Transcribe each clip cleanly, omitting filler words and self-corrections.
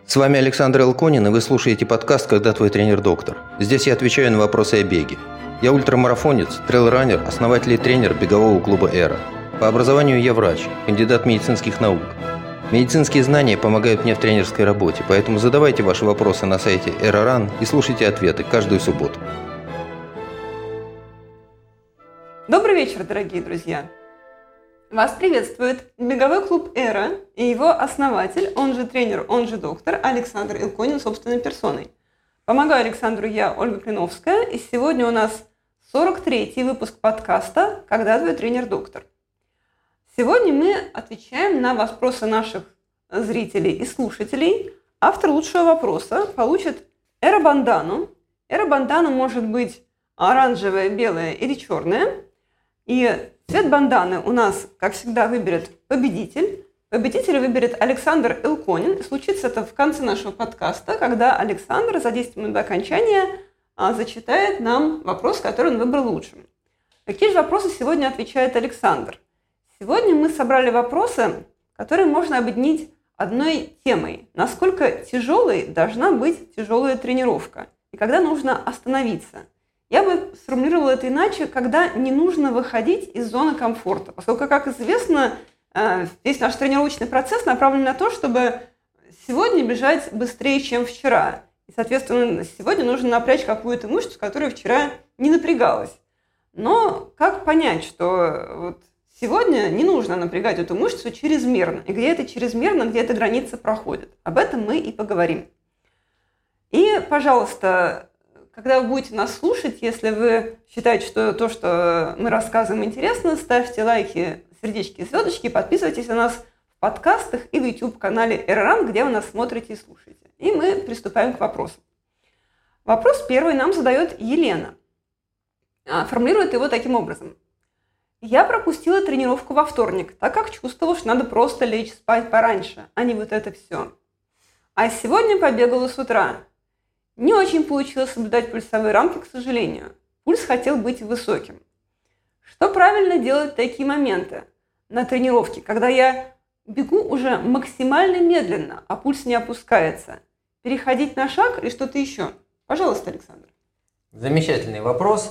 С вами Александр Илконин, и вы слушаете подкаст «Когда твой тренер доктор». Здесь я отвечаю на вопросы о беге. Я ультрамарафонец, трейл-раннер, основатель и тренер бегового клуба «Эра». По образованию я врач, кандидат медицинских наук. Медицинские знания помогают мне в тренерской работе, поэтому задавайте ваши вопросы на сайте ERA.RUN и слушайте ответы каждую субботу. Добрый вечер, дорогие друзья! Вас приветствует беговой клуб «Эра» и его основатель, он же тренер, он же доктор Александр Илконин собственной персоной. Помогаю Александру я, Ольга Клиновская, и сегодня у нас 43-й выпуск подкаста «Когда твой тренер доктор». Сегодня мы отвечаем на вопросы наших зрителей и слушателей. Автор лучшего вопроса получит эра-бандану. Эра-бандана может быть оранжевая, белая или черная. И цвет банданы у нас, как всегда, выберет победитель. Победителя выберет Александр Илконин. И случится это в конце нашего подкаста, когда Александр за 10 минут до окончания зачитает нам вопрос, который он выбрал лучшим. Какие же вопросы сегодня отвечает Александр? Сегодня мы собрали вопросы, которые можно объединить одной темой. Насколько тяжелой должна быть тяжелая тренировка? И когда нужно остановиться? Я бы сформулировала это иначе, когда не нужно выходить из зоны комфорта. Поскольку, как известно, весь наш тренировочный процесс направлен на то, чтобы сегодня бежать быстрее, чем вчера. И, соответственно, сегодня нужно напрячь какую-то мышцу, которая вчера не напрягалась. Но как понять, что вот сегодня не нужно напрягать эту мышцу чрезмерно? И где это чрезмерно, где эта граница проходит? Об этом мы и поговорим. И, пожалуйста, когда вы будете нас слушать, если вы считаете, что то, что мы рассказываем, интересно, ставьте лайки, сердечки и звездочки, подписывайтесь на нас в подкастах и в YouTube-канале ERA.RUN, где вы нас смотрите и слушаете. И мы приступаем к вопросам. Вопрос первый нам задает Елена. Формулирует его таким образом. Я пропустила тренировку во вторник, так как чувствовала, что надо просто лечь спать пораньше, а не вот это все. А сегодня побегала с утра. Не очень получилось соблюдать пульсовые рамки, к сожалению. Пульс хотел быть высоким. Что правильно делать в такие моменты на тренировке, когда я бегу уже максимально медленно, а пульс не опускается? Переходить на шаг или что-то еще? Пожалуйста, Александр. Замечательный вопрос.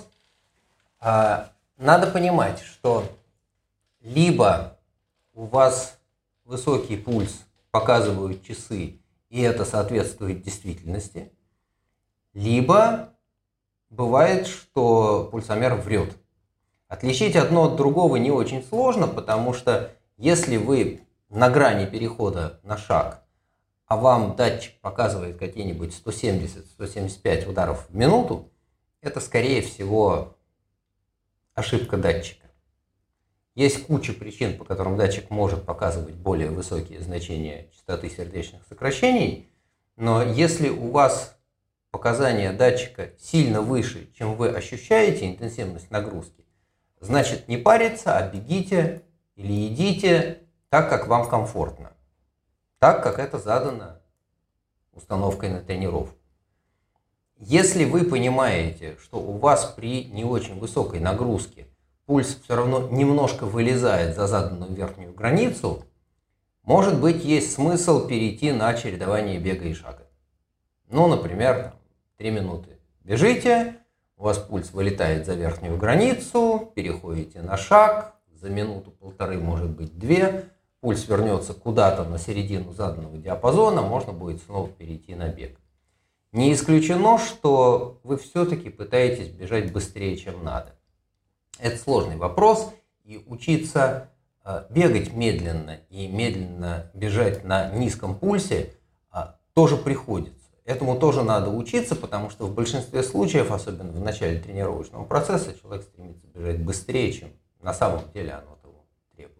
Надо понимать, что либо у вас высокий пульс, показывают часы, и это соответствует действительности, либо бывает, что пульсомер врет. Отличить одно от другого не очень сложно, потому что если вы на грани перехода на шаг, а вам датчик показывает какие-нибудь 170-175 ударов в минуту, это, скорее всего, ошибка датчика. Есть куча причин, по которым датчик может показывать более высокие значения частоты сердечных сокращений, но если у вас показания датчика сильно выше, чем вы ощущаете интенсивность нагрузки, значит, не париться, а бегите или едите так, как вам комфортно, так, как это задано установкой на тренировку. Если вы понимаете, что у вас при не очень высокой нагрузке пульс все равно немножко вылезает за заданную верхнюю границу, может быть, есть смысл перейти на чередование бега и шага. Ну, например, 3 минуты бежите, у вас пульс вылетает за верхнюю границу, переходите на шаг, за минуту-полторы, может быть, 2, пульс вернется куда-то на середину заданного диапазона, можно будет снова перейти на бег. Не исключено, что вы все-таки пытаетесь бежать быстрее, чем надо. Это сложный вопрос, и учиться бегать медленно и медленно бежать на низком пульсе тоже приходится. Этому тоже надо учиться, потому что в большинстве случаев, особенно в начале тренировочного процесса, человек стремится бежать быстрее, чем на самом деле оно того требует.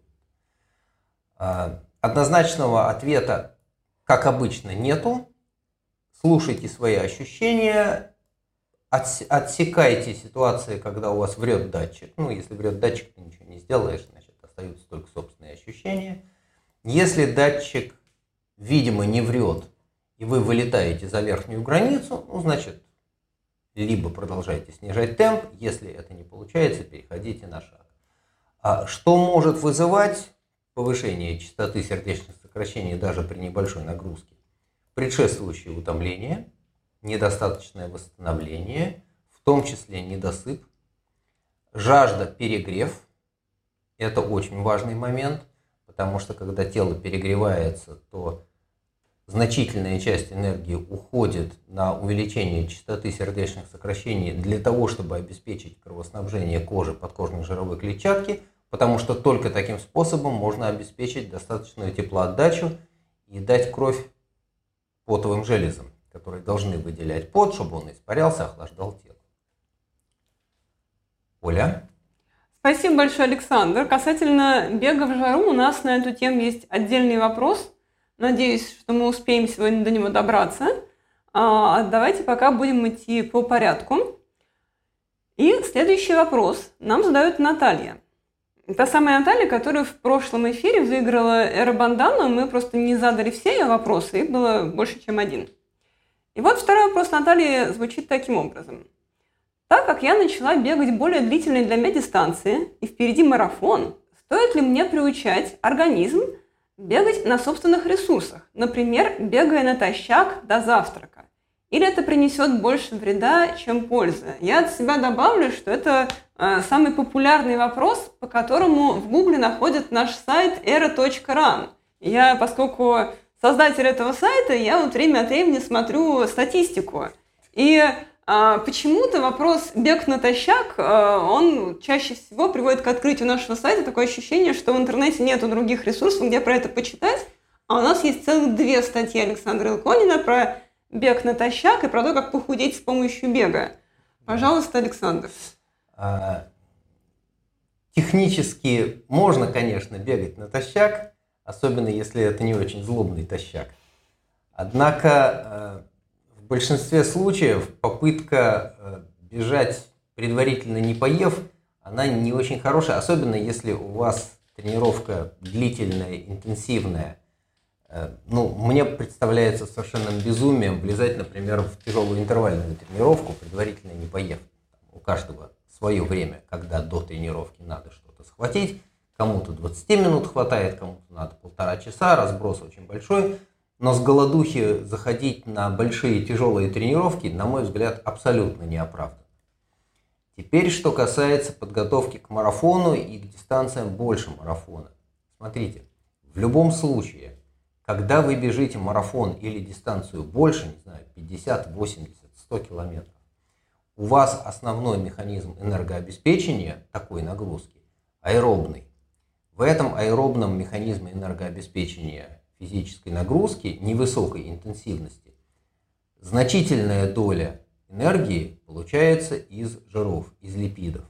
Однозначного ответа, как обычно, нету. Слушайте свои ощущения, отсекайте ситуации, когда у вас врет датчик. Ну, если врет датчик, ты ничего не сделаешь, значит, остаются только собственные ощущения. Если датчик, видимо, не врет, и вы вылетаете за верхнюю границу, ну, значит, либо продолжайте снижать темп, если это не получается, переходите на шаг. Что может вызывать повышение частоты сердечных сокращений даже при небольшой нагрузке? предшествующее утомление, недостаточное восстановление, в том числе недосып, жажда, перегрев. Это очень важный момент, потому что когда тело перегревается, то значительная часть энергии уходит на увеличение частоты сердечных сокращений для того, чтобы обеспечить кровоснабжение кожи, подкожной жировой клетчатки, потому что только таким способом можно обеспечить достаточную теплоотдачу и дать кровь потовым железам, которые должны выделять пот, чтобы он испарялся, охлаждал тело. Оля? Спасибо большое, Александр. Касательно бега в жару, у нас на эту тему есть отдельный вопрос. Надеюсь, что мы успеем сегодня до него добраться. Давайте пока будем идти по порядку. И следующий вопрос нам задает Наталья. Та самая Наталья, которая в прошлом эфире выиграла Эра Бандану. Мы просто не задали все ее вопросы, их было больше, чем один. И вот второй вопрос Натальи звучит таким образом. Так как я начала бегать более длительные для меня дистанции и впереди марафон, стоит ли мне приучать организм бегать на собственных ресурсах, например, бегая натощак до завтрака? Или это принесет больше вреда, чем пользы? Я от себя добавлю, что это самый популярный вопрос, по которому в Гугле находят наш сайт era.ran. Поскольку создатель этого сайта, я вот время от времени смотрю статистику. И почему-то вопрос «бег натощак», он чаще всего приводит к открытию нашего сайта. Такое ощущение, что в интернете нету других ресурсов, где про это почитать. А у нас есть целых 2 статьи Александра Илконина про бег натощак и про то, как похудеть с помощью бега. Пожалуйста, Александр. Технически можно, конечно, бегать натощак, особенно если это не очень злобный тощак. Однако в большинстве случаев попытка бежать предварительно не поев, она не очень хорошая, особенно если у вас тренировка длительная, интенсивная. Мне представляется совершенным безумием влезать, например, в тяжелую интервальную тренировку, предварительно не поев. У каждого свое время, когда до тренировки надо что-то схватить. Кому-то 20 минут хватает, кому-то надо 1,5 часа, разброс очень большой. Но с голодухи заходить на большие тяжелые тренировки, на мой взгляд, абсолютно неоправданно. Теперь, что касается подготовки к марафону и к дистанциям больше марафона. Смотрите, в любом случае, когда вы бежите марафон или дистанцию больше, не знаю, 50, 80, 100 километров, у вас основной механизм энергообеспечения такой нагрузки аэробный. В этом аэробном механизме энергообеспечения физической нагрузки невысокой интенсивности значительная доля энергии получается из жиров, из липидов.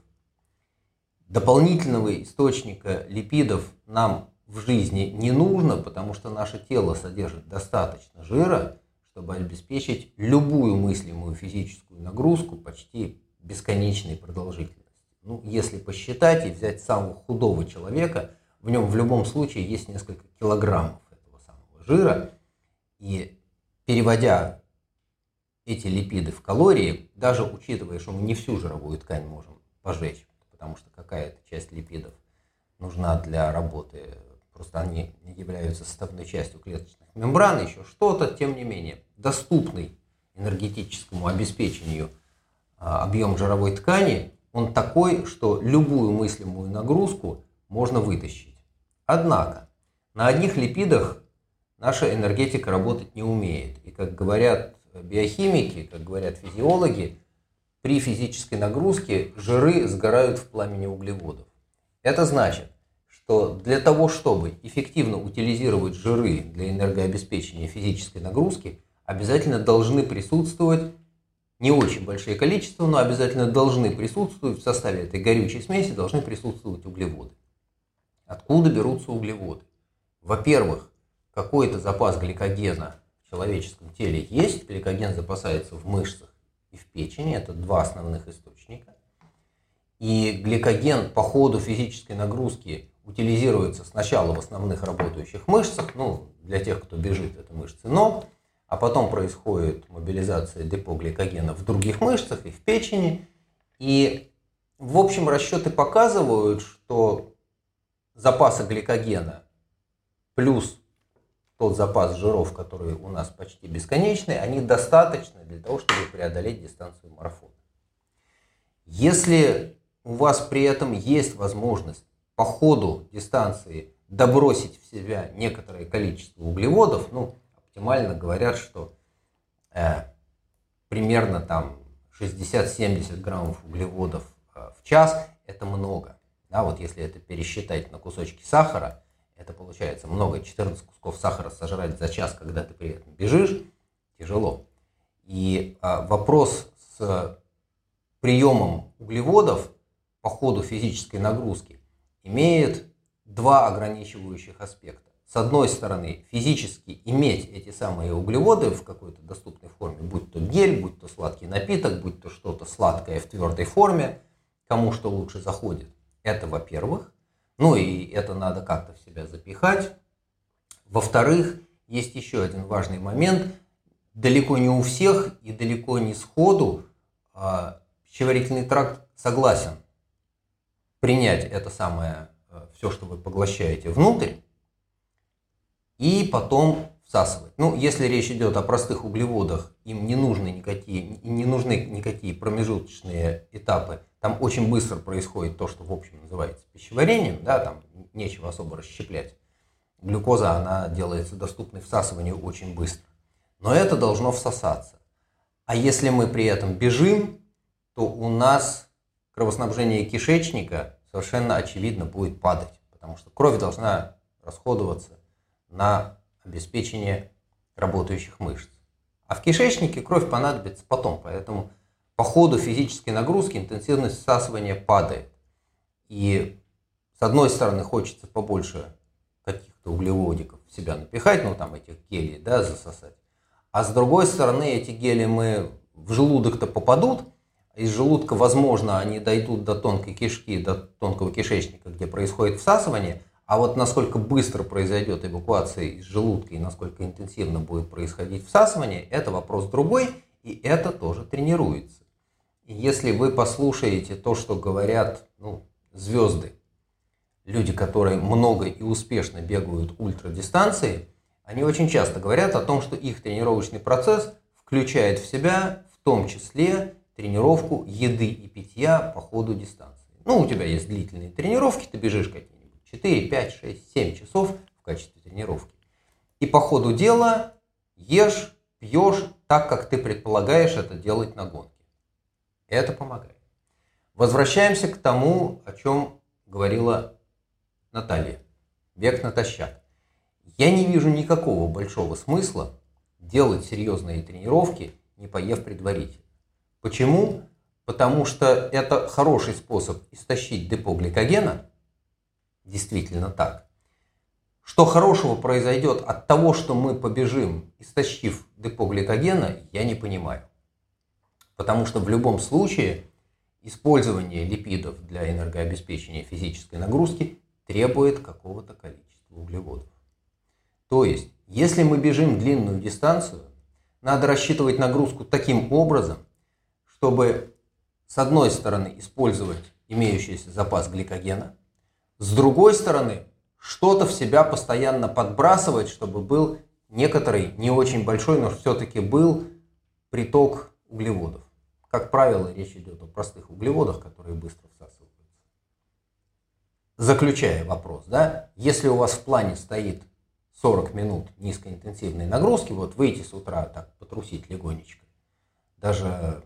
Дополнительного источника липидов нам в жизни не нужно, потому что наше тело содержит достаточно жира, чтобы обеспечить любую мыслимую физическую нагрузку почти бесконечной продолжительности. Если посчитать и взять самого худого человека, в нем в любом случае есть несколько килограммов этого самого жира, и переводя эти липиды в калории, даже учитывая, что мы не всю жировую ткань можем пожечь, потому что какая-то часть липидов нужна для работы, просто они являются составной частью клеточных мембран, еще что-то, тем не менее, доступный энергетическому обеспечению объем жировой ткани, он такой, что любую мыслимую нагрузку можно вытащить. Однако, на одних липидах наша энергетика работать не умеет. И как говорят биохимики, как говорят физиологи, при физической нагрузке жиры сгорают в пламени углеводов. Это значит, что для того, чтобы эффективно утилизировать жиры для энергообеспечения физической нагрузки, обязательно должны присутствовать не очень большие количества, но обязательно должны присутствовать в составе этой горючей смеси, должны присутствовать углеводы. Откуда берутся углеводы? Во-первых, какой-то запас гликогена в человеческом теле есть. Гликоген запасается в мышцах и в печени. Это 2 основных источника. И гликоген по ходу физической нагрузки утилизируется сначала в основных работающих мышцах, для тех, кто бежит, это мышцы ног, а потом происходит мобилизация депо гликогена в других мышцах и в печени. И, в общем, расчеты показывают, что запасы гликогена плюс тот запас жиров, который у нас почти бесконечный, они достаточны для того, чтобы преодолеть дистанцию марафона. Если у вас при этом есть возможность по ходу дистанции добросить в себя некоторое количество углеводов, оптимально говорят, что примерно там 60-70 граммов углеводов в час – это много. Да, вот если это пересчитать на кусочки сахара, это получается много. 14 кусков сахара сожрать за час, когда ты при этом бежишь, тяжело. И вопрос с приемом углеводов по ходу физической нагрузки имеет два ограничивающих аспекта. С одной стороны, физически иметь эти самые углеводы в какой-то доступной форме, будь то гель, будь то сладкий напиток, будь то что-то сладкое в твердой форме, кому что лучше заходит. Это во-первых. И это надо как-то в себя запихать. Во-вторых, есть еще один важный момент. Далеко не у всех и далеко не сходу пищеварительный тракт согласен принять это самое, все, что вы поглощаете, внутрь, и потом всасывать. Если речь идет о простых углеводах, им не нужны никакие промежуточные этапы. Там очень быстро происходит то, что в общем называется пищеварением, да, там нечего особо расщеплять. Глюкоза, она делается доступной всасыванию очень быстро. Но это должно всосаться. А если мы при этом бежим, то у нас кровоснабжение кишечника совершенно очевидно будет падать, потому что кровь должна расходоваться на обеспечение работающих мышц. А в кишечнике кровь понадобится потом, поэтому по ходу физической нагрузки интенсивность всасывания падает. И с одной стороны хочется побольше каких-то углеводиков в себя напихать, этих гелей, да, засосать. А с другой стороны эти гели в желудок-то попадут, из желудка, возможно, они дойдут до тонкой кишки, до тонкого кишечника, где происходит всасывание, а вот насколько быстро произойдет эвакуация из желудка и насколько интенсивно будет происходить всасывание, это вопрос другой, и это тоже тренируется. И если вы послушаете то, что говорят звезды, люди, которые много и успешно бегают ультрадистанции, они очень часто говорят о том, что их тренировочный процесс включает в себя в том числе тренировку еды и питья по ходу дистанции. У тебя есть длительные тренировки, ты бежишь какие-нибудь 4, 5, 6, 7 часов в качестве тренировки. И по ходу дела ешь, пьешь так, как ты предполагаешь это делать на гонке. Это помогает. Возвращаемся к тому, о чем говорила Наталья. Бег натощак. Я не вижу никакого большого смысла делать серьезные тренировки, не поев предварительно. Почему? Потому что это хороший способ истощить депо гликогена. Действительно так. Что хорошего произойдет от того, что мы побежим, истощив депо гликогена, я не понимаю. Потому что в любом случае использование липидов для энергообеспечения физической нагрузки требует какого-то количества углеводов. То есть, если мы бежим длинную дистанцию, надо рассчитывать нагрузку таким образом, чтобы с одной стороны использовать имеющийся запас гликогена, с другой стороны что-то в себя постоянно подбрасывать, чтобы был некоторый, не очень большой, но все-таки был приток углеводов. Как правило, речь идет о простых углеводах, которые быстро всасываются. Заключая вопрос, да, если у вас в плане стоит 40 минут низкоинтенсивной нагрузки, выйти с утра так потрусить легонечко, даже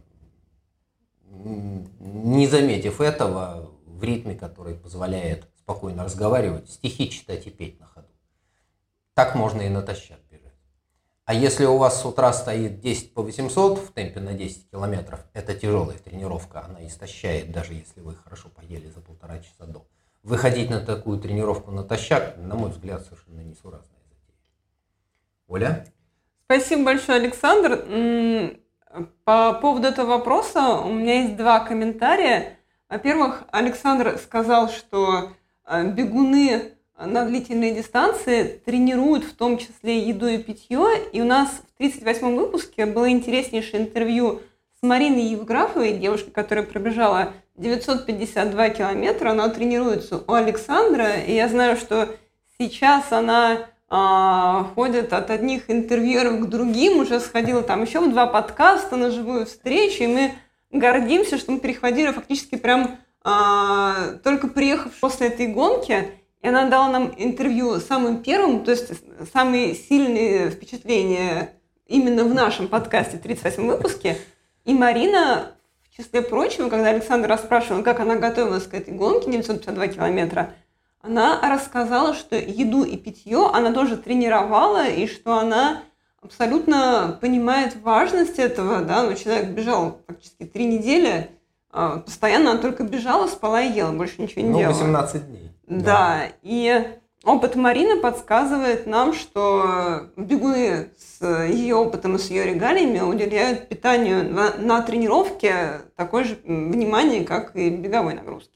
не заметив этого, в ритме, который позволяет спокойно разговаривать, стихи читать и петь на ходу. Так можно и натощак бежать. А если у вас с утра стоит 10 по 800 в темпе на 10 километров, это тяжелая тренировка, она истощает, даже если вы хорошо поели за 1,5 часа до. Выходить на такую тренировку натощак, на мой взгляд, совершенно несуразная затея. Оля? Спасибо большое, Александр. По поводу этого вопроса у меня есть два комментария. Во-первых, Александр сказал, что бегуны на длительные дистанции тренируют в том числе еду и питье. И у нас в 38-м выпуске было интереснейшее интервью с Мариной Евграфовой, девушкой, которая пробежала 952 километра. Она тренируется у Александра. И я знаю, что сейчас она ходит от одних интервьюеров к другим, уже сходила там еще в 2 подкаста на живую встречу, и мы гордимся, что мы перехватили фактически прям только приехав после этой гонки, и она дала нам интервью самым первым, то есть самые сильные впечатления именно в нашем подкасте, 38-м выпуске. И Марина, в числе прочего, когда Александр расспрашивал, как она готовилась к этой гонке, 952 километра, она рассказала, что еду и питье она тоже тренировала, и что она абсолютно понимает важность этого. Да? Ну, человек бежал практически 3 недели, постоянно она только бежала, спала и ела, больше ничего не делала. 18 дней. Да, и опыт Марины подсказывает нам, что бегуны с ее опытом и с ее регалиями уделяют питанию на тренировке такое же внимание, как и беговой нагрузке.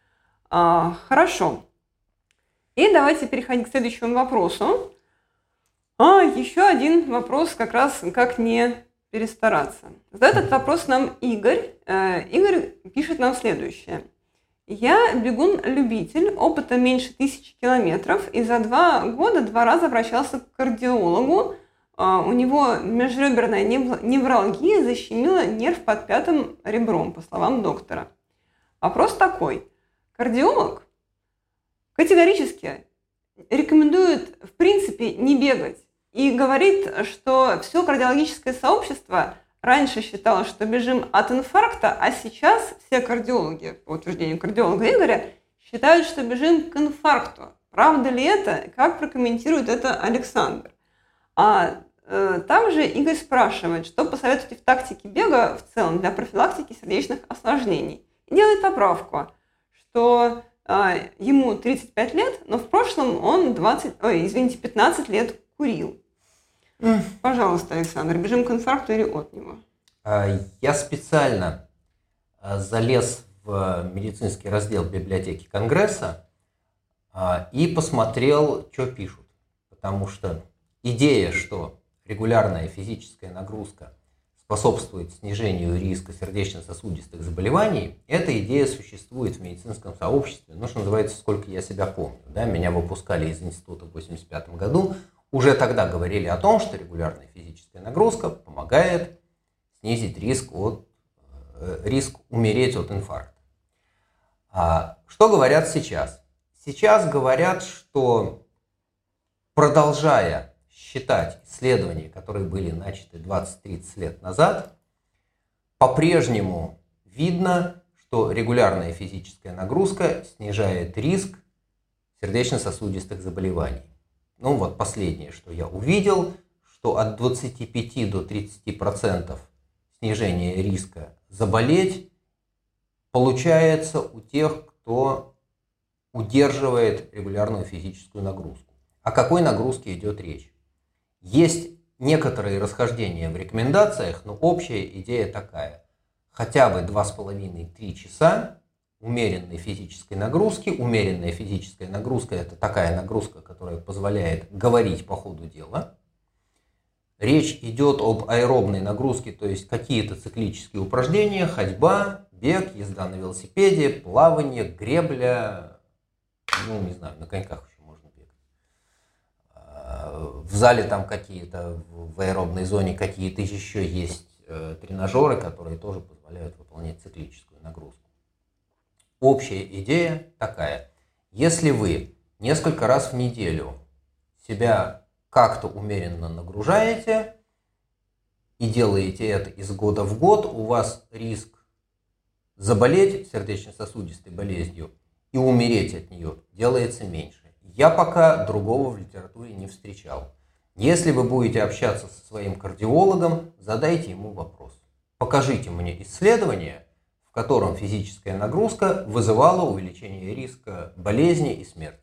Хорошо. И давайте переходить к следующему вопросу. Еще один вопрос, как раз как не перестараться. Задает этот вопрос нам Игорь. Игорь пишет нам следующее. Я бегун-любитель, опыта меньше 1000 километров, и за 2 года 2 раза обращался к кардиологу. У него межреберная невралгия защемила нерв под 5 ребром, по словам доктора. Вопрос такой. Кардиолог категорически рекомендует, в принципе, не бегать и говорит, что все кардиологическое сообщество раньше считало, что бежим от инфаркта, а сейчас все кардиологи, по утверждению кардиолога Игоря, считают, что бежим к инфаркту. Правда ли это? Как прокомментирует это Александр? Также Игорь спрашивает, что посоветуете в тактике бега в целом для профилактики сердечных осложнений. И делает поправку, что ему 35 лет, но в прошлом он 15 лет курил. Пожалуйста, Александр, бежим к инфаркту или от него? Я специально залез в медицинский раздел библиотеки Конгресса и посмотрел, что пишут. Потому что идея, что регулярная физическая нагрузка способствует снижению риска сердечно-сосудистых заболеваний, эта идея существует в медицинском сообществе, ну, что называется, сколько я себя помню. Да? Меня выпускали из института в 1985 году. Уже тогда говорили о том, что регулярная физическая нагрузка помогает снизить риск умереть от инфаркта. Что говорят сейчас? Сейчас говорят, что продолжая считать исследования, которые были начаты 20-30 лет назад, по-прежнему видно, что регулярная физическая нагрузка снижает риск сердечно-сосудистых заболеваний. Ну вот последнее, что я увидел, что от 25 до 30% снижения риска заболеть получается у тех, кто удерживает регулярную физическую нагрузку. О какой нагрузке идет речь? Есть некоторые расхождения в рекомендациях, но общая идея такая. Хотя бы 2,5-3 часа умеренной физической нагрузки. Умеренная физическая нагрузка – это такая нагрузка, которая позволяет говорить по ходу дела. Речь идет об аэробной нагрузке, то есть какие-то циклические упражнения, ходьба, бег, езда на велосипеде, плавание, гребля, ну не знаю, на коньках еще можно бегать. В зале там какие-то, в аэробной зоне какие-то еще есть тренажеры, которые тоже позволяют выполнять циклическую нагрузку. Общая идея такая. Если вы несколько раз в неделю себя как-то умеренно нагружаете и делаете это из года в год, у вас риск заболеть сердечно-сосудистой болезнью и умереть от нее делается меньше. Я пока другого в литературе не встречал. Если вы будете общаться со своим кардиологом, задайте ему вопрос. Покажите мне исследование, в котором физическая нагрузка вызывала увеличение риска болезни и смерти.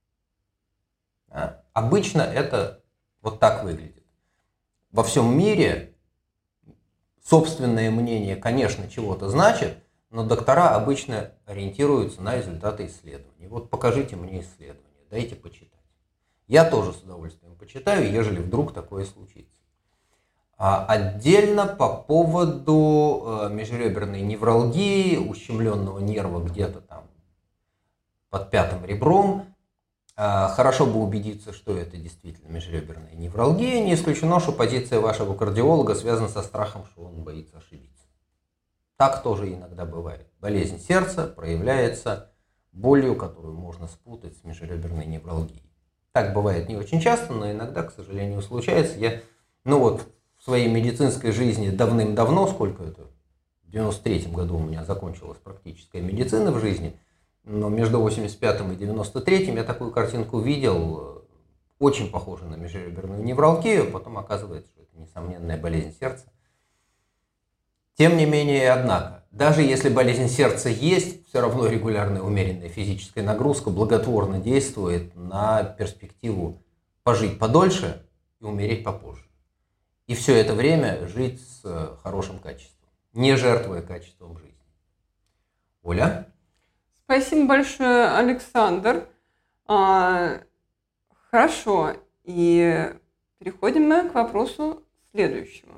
Обычно это вот так выглядит. Во всем мире собственное мнение, конечно, чего-то значит, но доктора обычно ориентируются на результаты исследований. Вот покажите мне исследование, дайте почитать. Я тоже с удовольствием почитаю, ежели вдруг такое случится. Отдельно по поводу межреберной невралгии, ущемленного нерва где-то там под 5 ребром, Хорошо бы убедиться, что это действительно межреберная невралгия. Не исключено, что позиция вашего кардиолога связана со страхом, что он боится ошибиться. Так тоже иногда бывает. Болезнь сердца проявляется болью, которую можно спутать с межреберной невралгией. Так бывает не очень часто, но иногда, к сожалению, случается. Я, в своей медицинской жизни давным-давно, сколько это, в 93-м году у меня закончилась практическая медицина в жизни, но между 85-м и 93-м я такую картинку видел, очень похожую на межреберную невралгию, потом оказывается, что это несомненная болезнь сердца. Тем не менее, однако, даже если болезнь сердца есть, все равно регулярная умеренная физическая нагрузка благотворно действует на перспективу пожить подольше и умереть попозже. И все это время жить с хорошим качеством, не жертвуя качеством жизни. Оля? Спасибо большое, Александр. Хорошо, и переходим мы к вопросу следующему.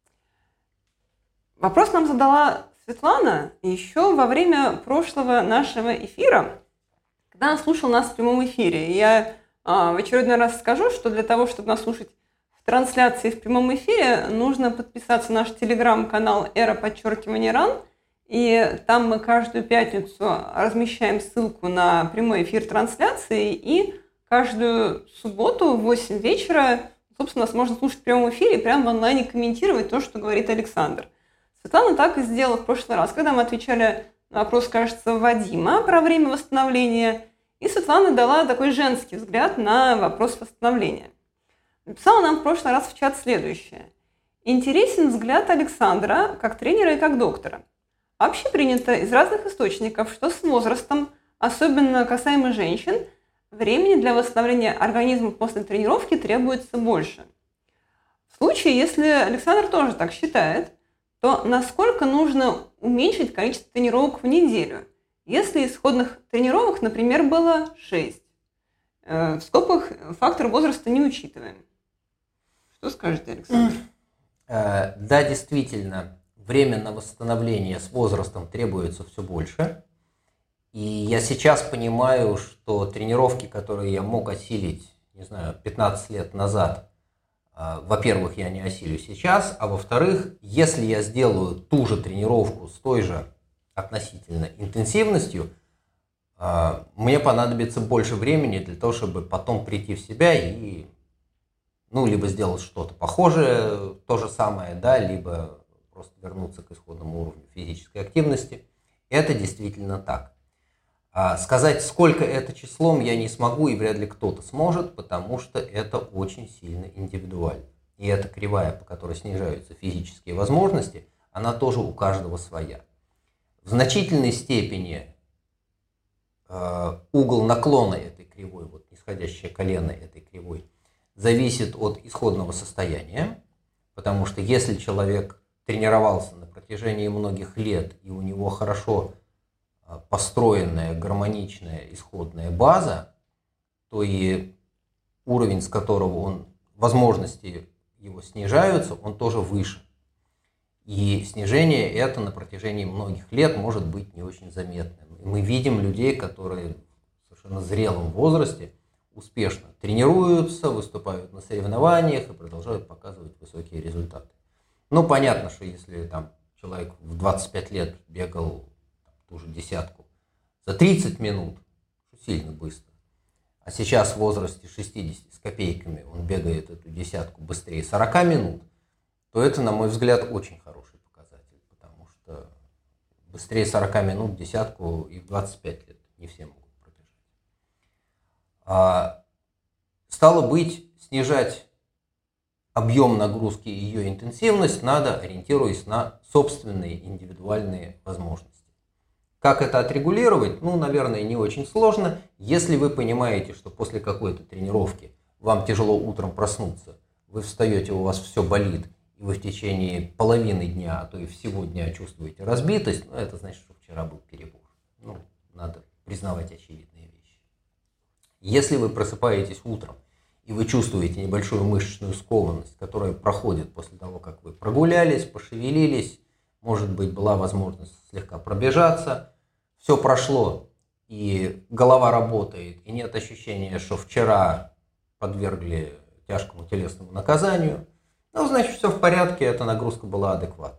Вопрос нам задала Светлана еще во время прошлого нашего эфира, когда она слушала нас в прямом эфире. Я в очередной раз скажу, что для того, чтобы нас слушать в трансляции в прямом эфире, нужно подписаться на наш телеграм-канал @RAN, и там мы каждую пятницу размещаем ссылку на прямой эфир трансляции, и каждую субботу в 8 вечера, собственно, нас можно слушать в прямом эфире и прямо в онлайне комментировать то, что говорит Александр. Светлана так и сделала в прошлый раз, когда мы отвечали на вопрос, кажется, Вадима про время восстановления, и Светлана дала такой женский взгляд на вопрос восстановления. Написала нам в прошлый раз в чат следующее. Интересен взгляд Александра как тренера и как доктора. Вообще принято из разных источников, что с возрастом, особенно касаемо женщин, времени для восстановления организма после тренировки требуется больше. В случае, если Александр тоже так считает, то насколько нужно уменьшить количество тренировок в неделю, если исходных тренировок, например, было 6? В скобках фактор возраста не учитываем. Что скажете, Александр? Да, действительно, время на восстановление с возрастом требуется все больше. И я сейчас понимаю, что тренировки, которые я мог осилить, 15 лет назад, во-первых, я не осилю сейчас, а во-вторых, если я сделаю ту же тренировку с той же относительно интенсивностью, мне понадобится больше времени для того, чтобы потом прийти в себя и, либо сделать что-то похожее, то же самое, да, либо просто вернуться к исходному уровню физической активности. Это действительно так. Сказать, сколько это числом, я не смогу, и вряд ли кто-то сможет, потому что это очень сильно индивидуально. И эта кривая, по которой снижаются физические возможности, она тоже у каждого своя. В значительной степени угол наклона этой кривой, нисходящее колено этой кривой, зависит от исходного состояния, потому что если человек тренировался на протяжении многих лет, и у него хорошо построенная, гармоничная исходная база, то и уровень, с которого возможности его снижаются, он тоже выше. И снижение это на протяжении многих лет может быть не очень заметным. И мы видим людей, которые в совершенно зрелом возрасте успешно тренируются, выступают на соревнованиях и продолжают показывать высокие результаты. Понятно, что если человек в 25 лет бегал ту же десятку за 30 минут, сильно быстро, а сейчас в возрасте 60 с копейками он бегает эту десятку быстрее 40 минут, то это, на мой взгляд, очень хороший показатель, потому что быстрее 40 минут десятку и в 25 лет не все могут пробежать. Стало быть, снижать объем нагрузки и ее интенсивность надо, ориентируясь на собственные индивидуальные возможности. Как это отрегулировать? Наверное, не очень сложно. Если вы понимаете, что после какой-то тренировки вам тяжело утром проснуться, вы встаете, у вас все болит, и вы в течение половины дня, а то и всего дня чувствуете разбитость, это значит, что вчера был перебор. Надо признавать очевидные вещи. Если вы просыпаетесь утром, и вы чувствуете небольшую мышечную скованность, которая проходит после того, как вы прогулялись, пошевелились, может быть, была возможность слегка пробежаться, все прошло, и голова работает, и нет ощущения, что вчера подвергли тяжкому телесному наказанию, ну, значит, все в порядке, эта нагрузка была адекватной.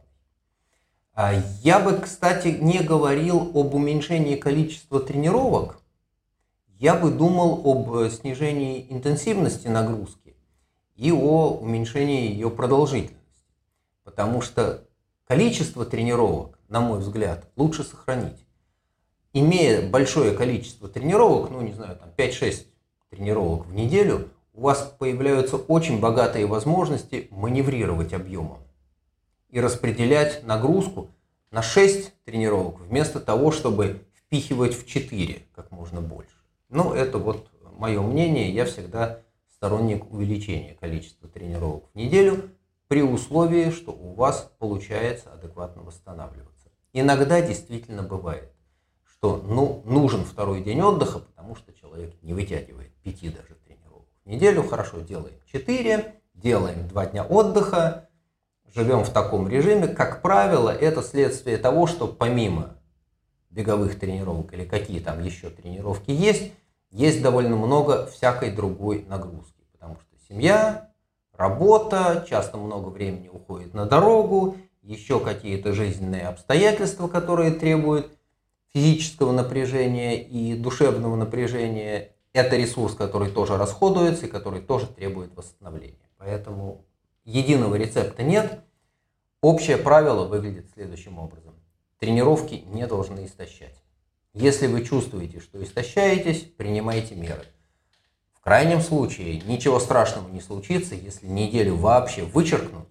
Я бы, кстати, не говорил об уменьшении количества тренировок, я бы думал об снижении интенсивности нагрузки и о уменьшении ее продолжительности. Потому что количество тренировок, на мой взгляд, лучше сохранить. Имея большое количество тренировок, ну, не знаю, там 5-6 тренировок в неделю, у вас появляются очень богатые возможности маневрировать объемом и распределять нагрузку на 6 тренировок вместо того, чтобы впихивать в 4 как можно больше. Ну, это вот мое мнение. Я всегда сторонник увеличения количества тренировок в неделю при условии, что у вас получается адекватно восстанавливаться. Иногда действительно бывает, что нужен второй день отдыха, потому что человек не вытягивает 5 даже тренировок в неделю. Хорошо, делаем 4, делаем 2 дня отдыха, живем в таком режиме. Как правило, это следствие того, что помимо беговых тренировок или какие там еще тренировки есть довольно много всякой другой нагрузки. Потому что семья, работа, часто много времени уходит на дорогу, еще какие-то жизненные обстоятельства, которые требуют физического напряжения и душевного напряжения. Это ресурс, который тоже расходуется и который тоже требует восстановления. Поэтому единого рецепта нет. Общее правило выглядит следующим образом. Тренировки не должны истощать. Если вы чувствуете, что истощаетесь, принимайте меры. В крайнем случае ничего страшного не случится, если неделю вообще вычеркнуть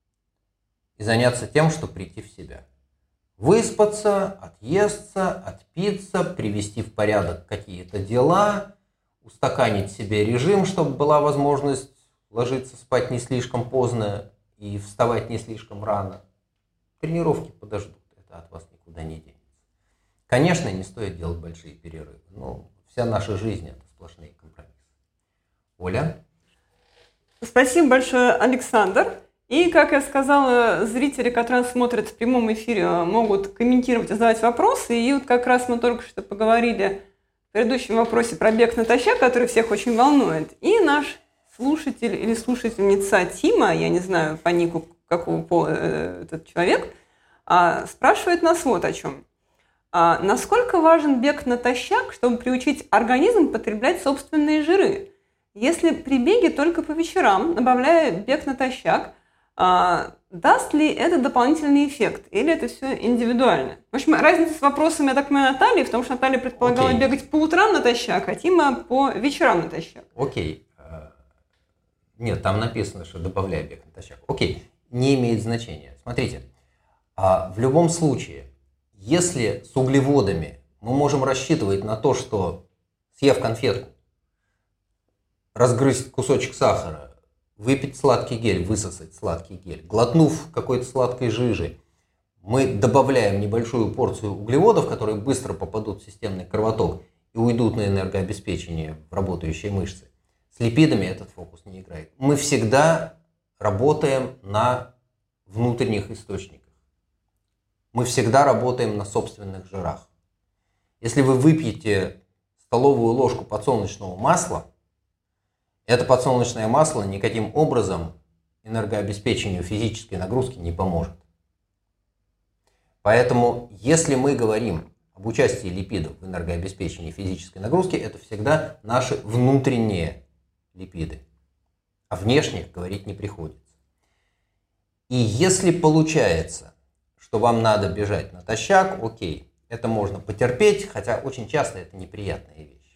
и заняться тем, что прийти в себя. Выспаться, отъесться, отпиться, привести в порядок какие-то дела, устаканить себе режим, чтобы была возможность ложиться спать не слишком поздно и вставать не слишком рано. Тренировки подождут, это от вас никуда не денется. Конечно, не стоит делать большие перерывы, но вся наша жизнь – это сплошные компромиссы. Оля? Спасибо большое, Александр. И, как я сказала, зрители, которые нас смотрят в прямом эфире, могут комментировать и задавать вопросы. И вот как раз мы только что поговорили в предыдущем вопросе про бег натощак, который всех очень волнует. И наш слушатель или слушательница Тима, я не знаю по нику, какого пола этот человек, спрашивает нас вот о чем. Насколько важен бег натощак, чтобы приучить организм потреблять собственные жиры? Если при беге только по вечерам, добавляя бег натощак, даст ли это дополнительный эффект? Или это все индивидуально? В общем, разница с вопросами, я так понимаю, Натальи, потому что Наталья предполагала бегать по утрам натощак, а Тима по вечерам натощак. Окей. Нет, там написано, что добавляй бег натощак. Окей, не имеет значения. Смотрите, в любом случае, если с углеводами мы можем рассчитывать на то, что съев конфетку, разгрызть кусочек сахара, выпить сладкий гель, высосать сладкий гель, глотнув какой-то сладкой жижи, мы добавляем небольшую порцию углеводов, которые быстро попадут в системный кровоток и уйдут на энергообеспечение в работающие мышцы. С липидами этот фокус не играет. Мы всегда работаем на внутренних источниках. Мы всегда работаем на собственных жирах. Если вы выпьете столовую ложку подсолнечного масла, это подсолнечное масло никаким образом энергообеспечению физической нагрузки не поможет. Поэтому, если мы говорим об участии липидов в энергообеспечении физической нагрузки, это всегда наши внутренние липиды. О внешних говорить не приходится. И если получается, что вам надо бежать натощак, окей, это можно потерпеть, хотя очень часто это неприятная вещь.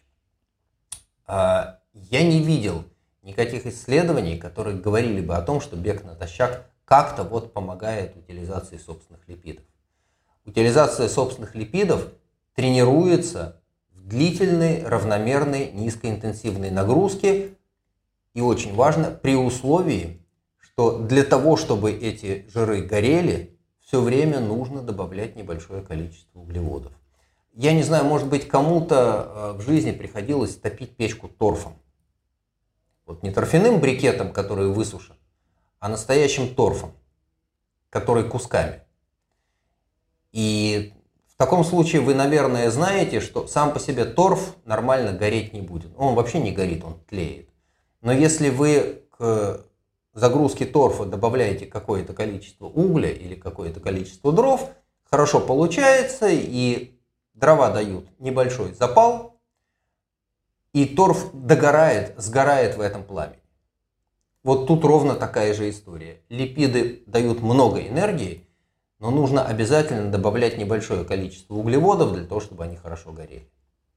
Я не видел никаких исследований, которые говорили бы о том, что бег натощак как-то вот помогает утилизации собственных липидов. Утилизация собственных липидов тренируется в длительной, равномерной, низкоинтенсивной нагрузке и очень важно при условии, что для того, чтобы эти жиры горели, все время нужно добавлять небольшое количество углеводов. Я не знаю, может быть, кому-то в жизни приходилось топить печку торфом. Вот не торфяным брикетом, который высушен, а настоящим торфом, который кусками. И в таком случае вы, наверное, знаете, что сам по себе торф нормально гореть не будет. Он вообще не горит, он тлеет. Но если вы к загрузке торфа добавляете какое-то количество угля или какое-то количество дров, хорошо получается, и дрова дают небольшой запал, и торф догорает, сгорает в этом пламени. Вот тут ровно такая же история. Липиды дают много энергии, но нужно обязательно добавлять небольшое количество углеводов для того, чтобы они хорошо горели.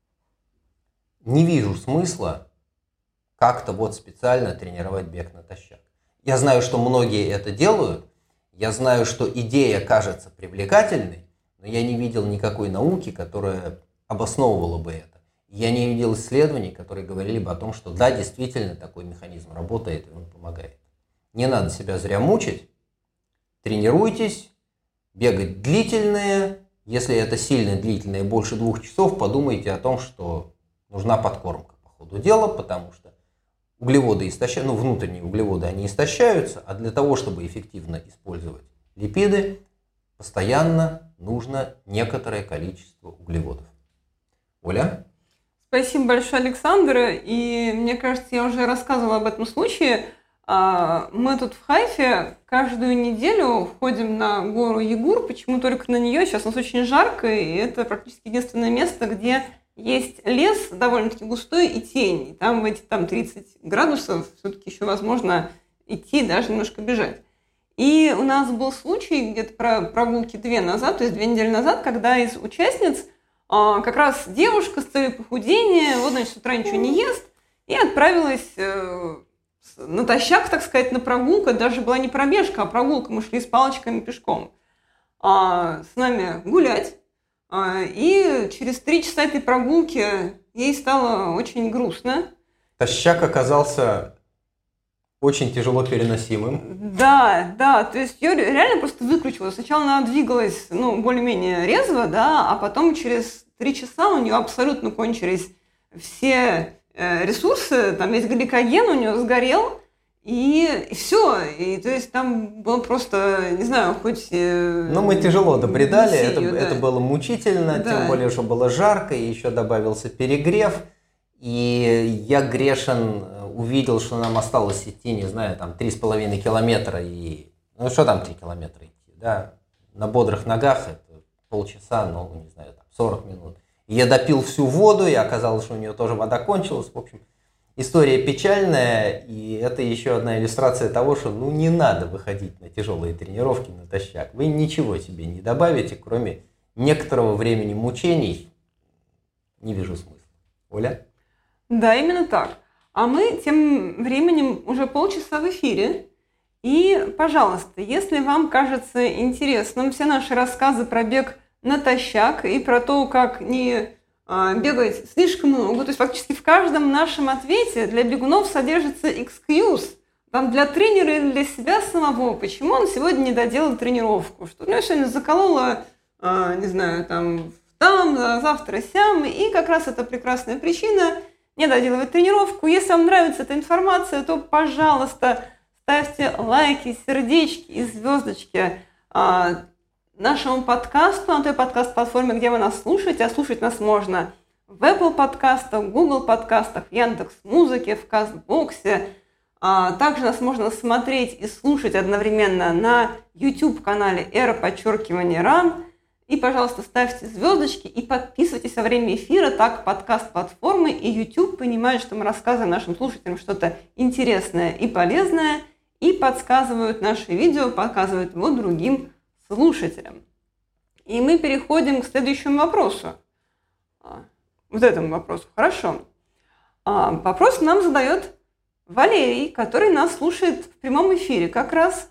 Не вижу смысла как-то вот специально тренировать бег натощак. Я знаю, что многие это делают, я знаю, что идея кажется привлекательной, но я не видел никакой науки, которая обосновывала бы это. Я не видел исследований, которые говорили бы о том, что да, действительно такой механизм работает и он помогает. Не надо себя зря мучить, тренируйтесь, бегать длительные. Если это сильно длительное, больше 2 часов, подумайте о том, что нужна подкормка по ходу дела, потому что углеводы истощаются, внутренние углеводы, они истощаются, а для того, чтобы эффективно использовать липиды, постоянно нужно некоторое количество углеводов. Оля? Спасибо большое, Александр. И мне кажется, я уже рассказывала об этом случае. Мы тут в Хайфе каждую неделю ходим на гору Ягур. Почему только на нее? Сейчас у нас очень жарко, и это практически единственное место, где есть лес довольно-таки густой и тень. И там в эти 30 градусов все-таки еще возможно идти, даже немножко бежать. И у нас был случай где-то про прогулки 2 назад, то есть 2 недели назад, когда из участниц как раз девушка с целью похудения, вот, значит, с утра ничего не ест, и отправилась натощак, так сказать, на прогулку. Это даже была не пробежка, а прогулка. Мы шли с палочками пешком с нами гулять. И через 3 часа этой прогулки ей стало очень грустно. Тащак оказался очень тяжело переносимым. Да, то есть ее реально просто выключило. Сначала она двигалась, более-менее резво, да, а потом через 3 часа у нее абсолютно кончились все ресурсы, там весь гликоген у нее сгорел, и все. И то есть там было просто, не знаю, хоть... мы тяжело добредали, это это было мучительно, да. Тем более, что было жарко, и еще добавился перегрев. И я грешен увидел, что нам осталось идти, не знаю, 3,5 километра. И... что там 3 километра идти, да? На бодрых ногах это полчаса, 40 минут. И я допил всю воду, и оказалось, что у нее тоже вода кончилась. В общем, история печальная, и это еще одна иллюстрация того, что не надо выходить на тяжелые тренировки натощак. Вы ничего себе не добавите, кроме некоторого времени мучений. Не вижу смысла. Оля? Да, именно так. А мы тем временем уже полчаса в эфире. И, пожалуйста, если вам кажется интересным все наши рассказы про бег натощак и про то, как не бегать слишком много, то есть фактически в каждом нашем ответе для бегунов содержится excuse, там для тренера или для себя самого, почему он сегодня не доделал тренировку, что у него сегодня закололо, не знаю, там, завтра сям, и как раз это прекрасная причина не доделывать тренировку. Если вам нравится эта информация, то, пожалуйста, ставьте лайки, сердечки и звездочки нашему подкасту, на той подкаст-платформе, где вы нас слушаете. А слушать нас можно в Apple подкастах, в Google подкастах, в Яндекс.Музыке, в Кастбоксе. Также нас можно смотреть и слушать одновременно на YouTube-канале @run. И, пожалуйста, ставьте звездочки и подписывайтесь во время эфира. Так подкаст-платформы и YouTube понимают, что мы рассказываем нашим слушателям что-то интересное и полезное, и подсказывают наши видео, показывают его другим слушателям. И мы переходим к следующему вопросу. Вот этому вопросу. Хорошо. Вопрос нам задает Валерий, который нас слушает в прямом эфире как раз.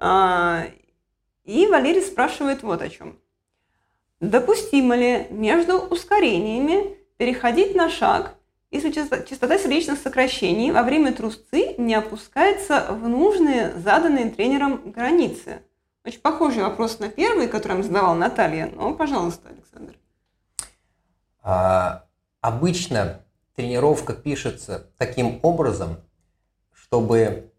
И Валерий спрашивает вот о чем. Допустимо ли между ускорениями переходить на шаг, если частота сердечных сокращений во время трусцы не опускается в нужные, заданные тренером границы? Очень похожий вопрос на первый, который нам задавала Наталья, но, пожалуйста, Александр. Обычно тренировка пишется таким образом, чтобы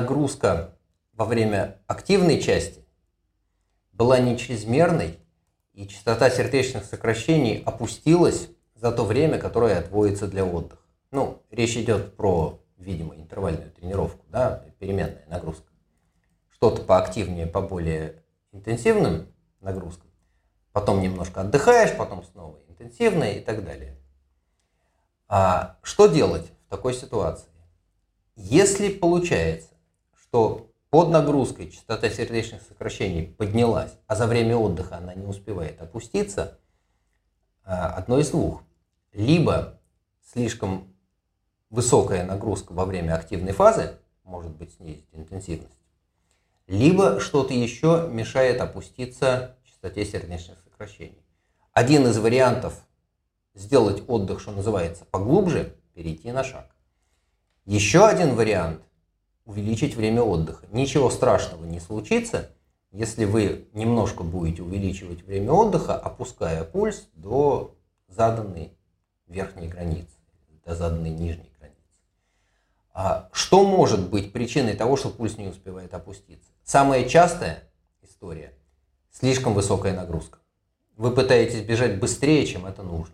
нагрузка во время активной части была не чрезмерной и частота сердечных сокращений опустилась за то время, которое отводится для отдыха. Ну, речь идет про, видимо, интервальную тренировку, да, переменная нагрузка. Что-то поактивнее, по более интенсивным нагрузкам, потом немножко отдыхаешь, потом снова интенсивное и так далее. А что делать в такой ситуации? Если получается, что под нагрузкой частота сердечных сокращений поднялась, а за время отдыха она не успевает опуститься, одно из двух. Либо слишком высокая нагрузка во время активной фазы, может быть, снизить интенсивность, либо что-то еще мешает опуститься частоте сердечных сокращений. Один из вариантов сделать отдых, что называется, поглубже, перейти на шаг. Еще один вариант – увеличить время отдыха. Ничего страшного не случится, если вы немножко будете увеличивать время отдыха, опуская пульс до заданной верхней границы, до заданной нижней границы. А что может быть причиной того, что пульс не успевает опуститься? Самая частая история – слишком высокая нагрузка. Вы пытаетесь бежать быстрее, чем это нужно.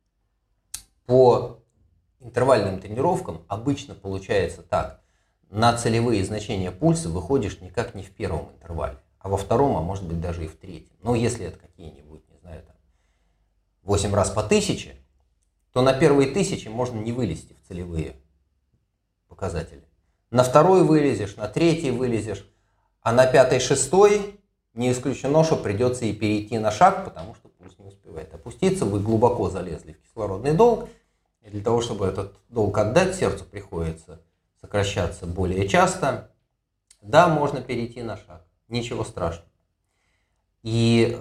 По интервальным тренировкам обычно получается так. На целевые значения пульса выходишь никак не в первом интервале, а во втором, а может быть даже и в третьем. Но если это какие-нибудь, не знаю, там 8 раз по 1000, то на первые 1000 можно не вылезти в целевые показатели. На второй вылезешь, на третий вылезешь, а на 5-й, 6-й не исключено, что придется и перейти на шаг, потому что пульс не успевает опуститься, вы глубоко залезли в кислородный долг, и для того, чтобы этот долг отдать, сердцу приходится сокращаться более часто. Да, можно перейти на шаг, ничего страшного. И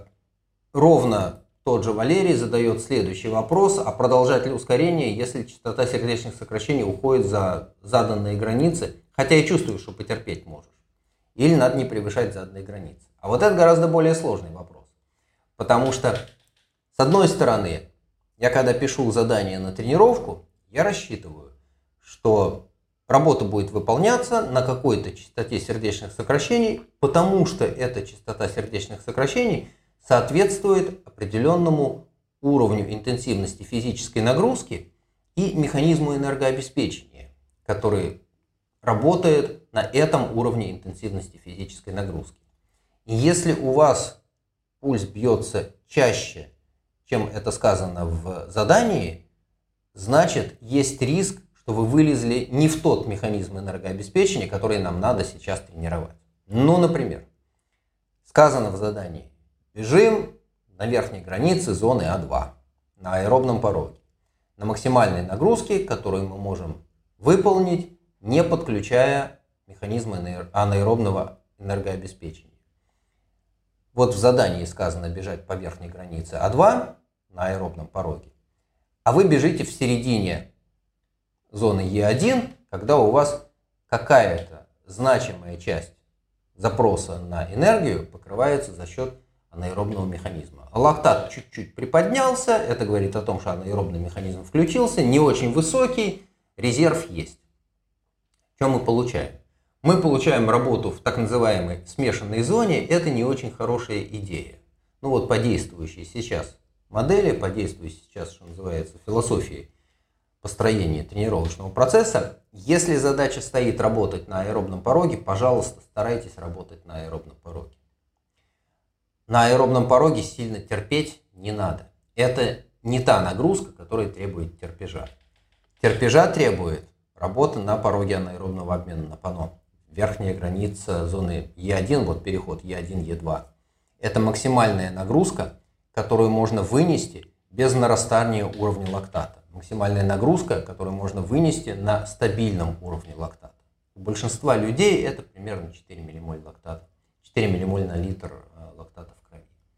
ровно тот же Валерий задает следующий вопрос, а продолжать ли ускорение, если частота сердечных сокращений уходит за заданные границы, хотя я чувствую, что потерпеть можешь. Или надо не превышать заданные границы. А вот это гораздо более сложный вопрос. Потому что, с одной стороны, я когда пишу задание на тренировку, я рассчитываю, что работа будет выполняться на какой-то частоте сердечных сокращений, потому что эта частота сердечных сокращений соответствует определенному уровню интенсивности физической нагрузки и механизму энергообеспечения, который работает на этом уровне интенсивности физической нагрузки. И если у вас пульс бьется чаще, чем это сказано в задании, значит, есть риск, что вы вылезли не в тот механизм энергообеспечения, который нам надо сейчас тренировать. Ну, например, сказано в задании: бежим на верхней границе зоны А2 на аэробном пороге, на максимальной нагрузке, которую мы можем выполнить, не подключая механизм анаэробного энергообеспечения. Вот в задании сказано бежать по верхней границе А2 на аэробном пороге, а вы бежите в середине зоны Е1, когда у вас какая-то значимая часть запроса на энергию покрывается за счет анаэробного механизма. Лактат чуть-чуть приподнялся, это говорит о том, что анаэробный механизм включился, не очень высокий, резерв есть. Что мы получаем? Мы получаем работу в так называемой смешанной зоне, это не очень хорошая идея. Ну вот по действующей сейчас модели, по действующей сейчас, что называется, философии построения тренировочного процесса, если задача стоит работать на аэробном пороге, пожалуйста, старайтесь работать на аэробном пороге. На аэробном пороге сильно терпеть не надо. Это не та нагрузка, которая требует терпежа. Терпежа требует работа на пороге анаэробного обмена, на ПАНО. Верхняя граница зоны Е1, вот переход Е1, Е2. Это максимальная нагрузка, которую можно вынести без нарастания уровня лактата. Максимальная нагрузка, которую можно вынести на стабильном уровне лактата. У большинства людей это примерно 4 ммоль лактата, 4 ммоль на литр лактата в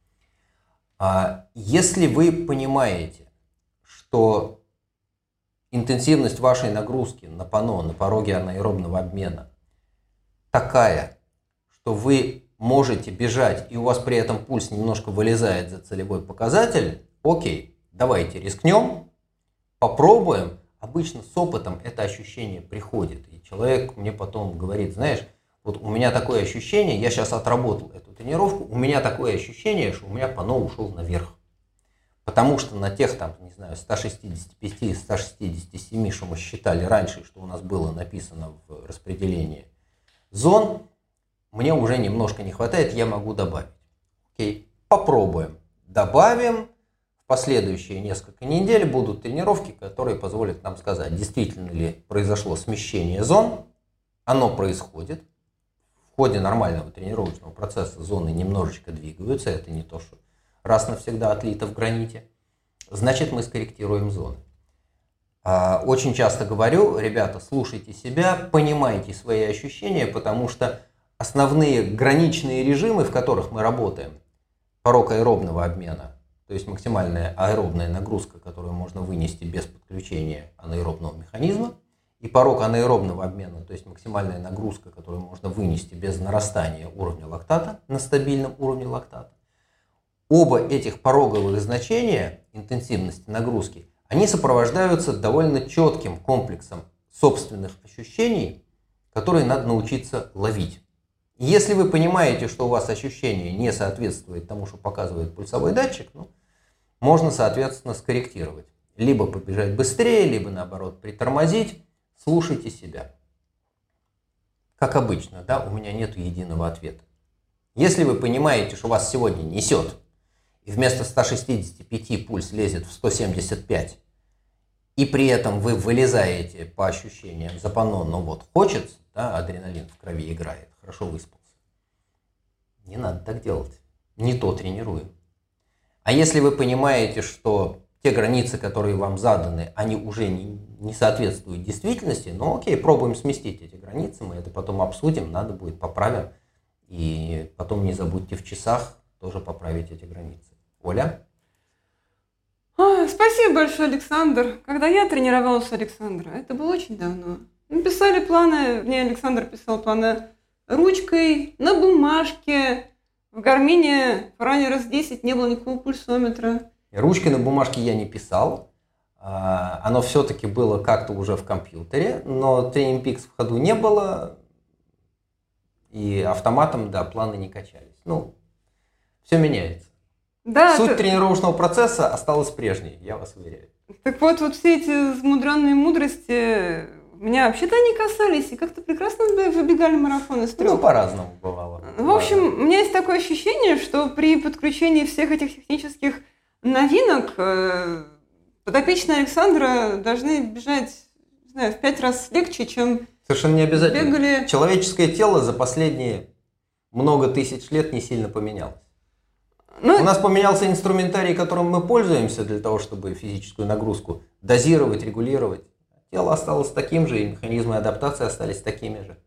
крови. Если вы понимаете, что интенсивность вашей нагрузки на ПАНО, на пороге анаэробного обмена такая, что вы можете бежать, и у вас при этом пульс немножко вылезает за целевой показатель, окей, давайте рискнем, попробуем. Обычно с опытом это ощущение приходит. И человек мне потом говорит: знаешь, Вот у меня такое ощущение, я сейчас отработал эту тренировку, у меня такое ощущение, что у меня пано ушел наверх. Потому что на тех, там, не знаю, 165-167, что мы считали раньше, что у нас было написано в распределении зон, мне уже немножко не хватает, я могу добавить. Окей, попробуем. Добавим. В последующие несколько недель будут тренировки, которые позволят нам сказать, действительно ли произошло смещение зон. Оно происходит. В ходе нормального тренировочного процесса зоны немножечко двигаются. Это не то, что раз навсегда отлито в граните. Значит, мы скорректируем зоны. Очень часто говорю, ребята, слушайте себя, понимайте свои ощущения, потому что основные граничные режимы, в которых мы работаем, порог аэробного обмена, то есть максимальная аэробная нагрузка, которую можно вынести без подключения анаэробного механизма, и порог анаэробного обмена, то есть максимальная нагрузка, которую можно вынести без нарастания уровня лактата на стабильном уровне лактата. Оба этих пороговых значения интенсивности нагрузки, они сопровождаются довольно четким комплексом собственных ощущений, которые надо научиться ловить. И если вы понимаете, что у вас ощущение не соответствует тому, что показывает пульсовой датчик, можно, соответственно, скорректировать. Либо побежать быстрее, либо, наоборот, притормозить. Слушайте себя. Как обычно, да, у меня нет единого ответа. Если вы понимаете, что вас сегодня несет, и вместо 165 пульс лезет в 175, и при этом вы вылезаете по ощущениям за пано, но вот хочется, да, адреналин в крови играет, хорошо выспался. Не надо так делать. Не то тренируем. А если вы понимаете, что те границы, которые вам заданы, они уже не соответствуют действительности, окей, пробуем сместить эти границы, мы это потом обсудим, надо будет поправим. И потом не забудьте в часах тоже поправить эти границы. Оля? Спасибо большое, Александр. Когда я тренировалась у Александра, это было очень давно. Мы писали планы, Александр писал планы ручкой, на бумажке. В Гармине ранее раз 10 не было никакого пульсометра. Ручкой на бумажке я не писал. Оно все-таки было как-то уже в компьютере, но Training Peaks в ходу не было. И автоматом, да, планы не качались. Все меняется. Да, Суть тренировочного процесса осталась прежней, я вас уверяю. Так вот все эти замудренные мудрости меня вообще-то не касались, и как-то прекрасно выбегали марафоны с трех. По-разному бывало. В общем, у меня есть такое ощущение, что при подключении всех этих технических новинок подопечные Александра должны бежать, не знаю, в 5 раз легче, чем совершенно не обязательно. Бегали. Человеческое тело за последние много тысяч лет не сильно поменялось. У нас поменялся инструментарий, которым мы пользуемся для того, чтобы физическую нагрузку дозировать, регулировать. Тело осталось таким же, и механизмы адаптации остались такими же.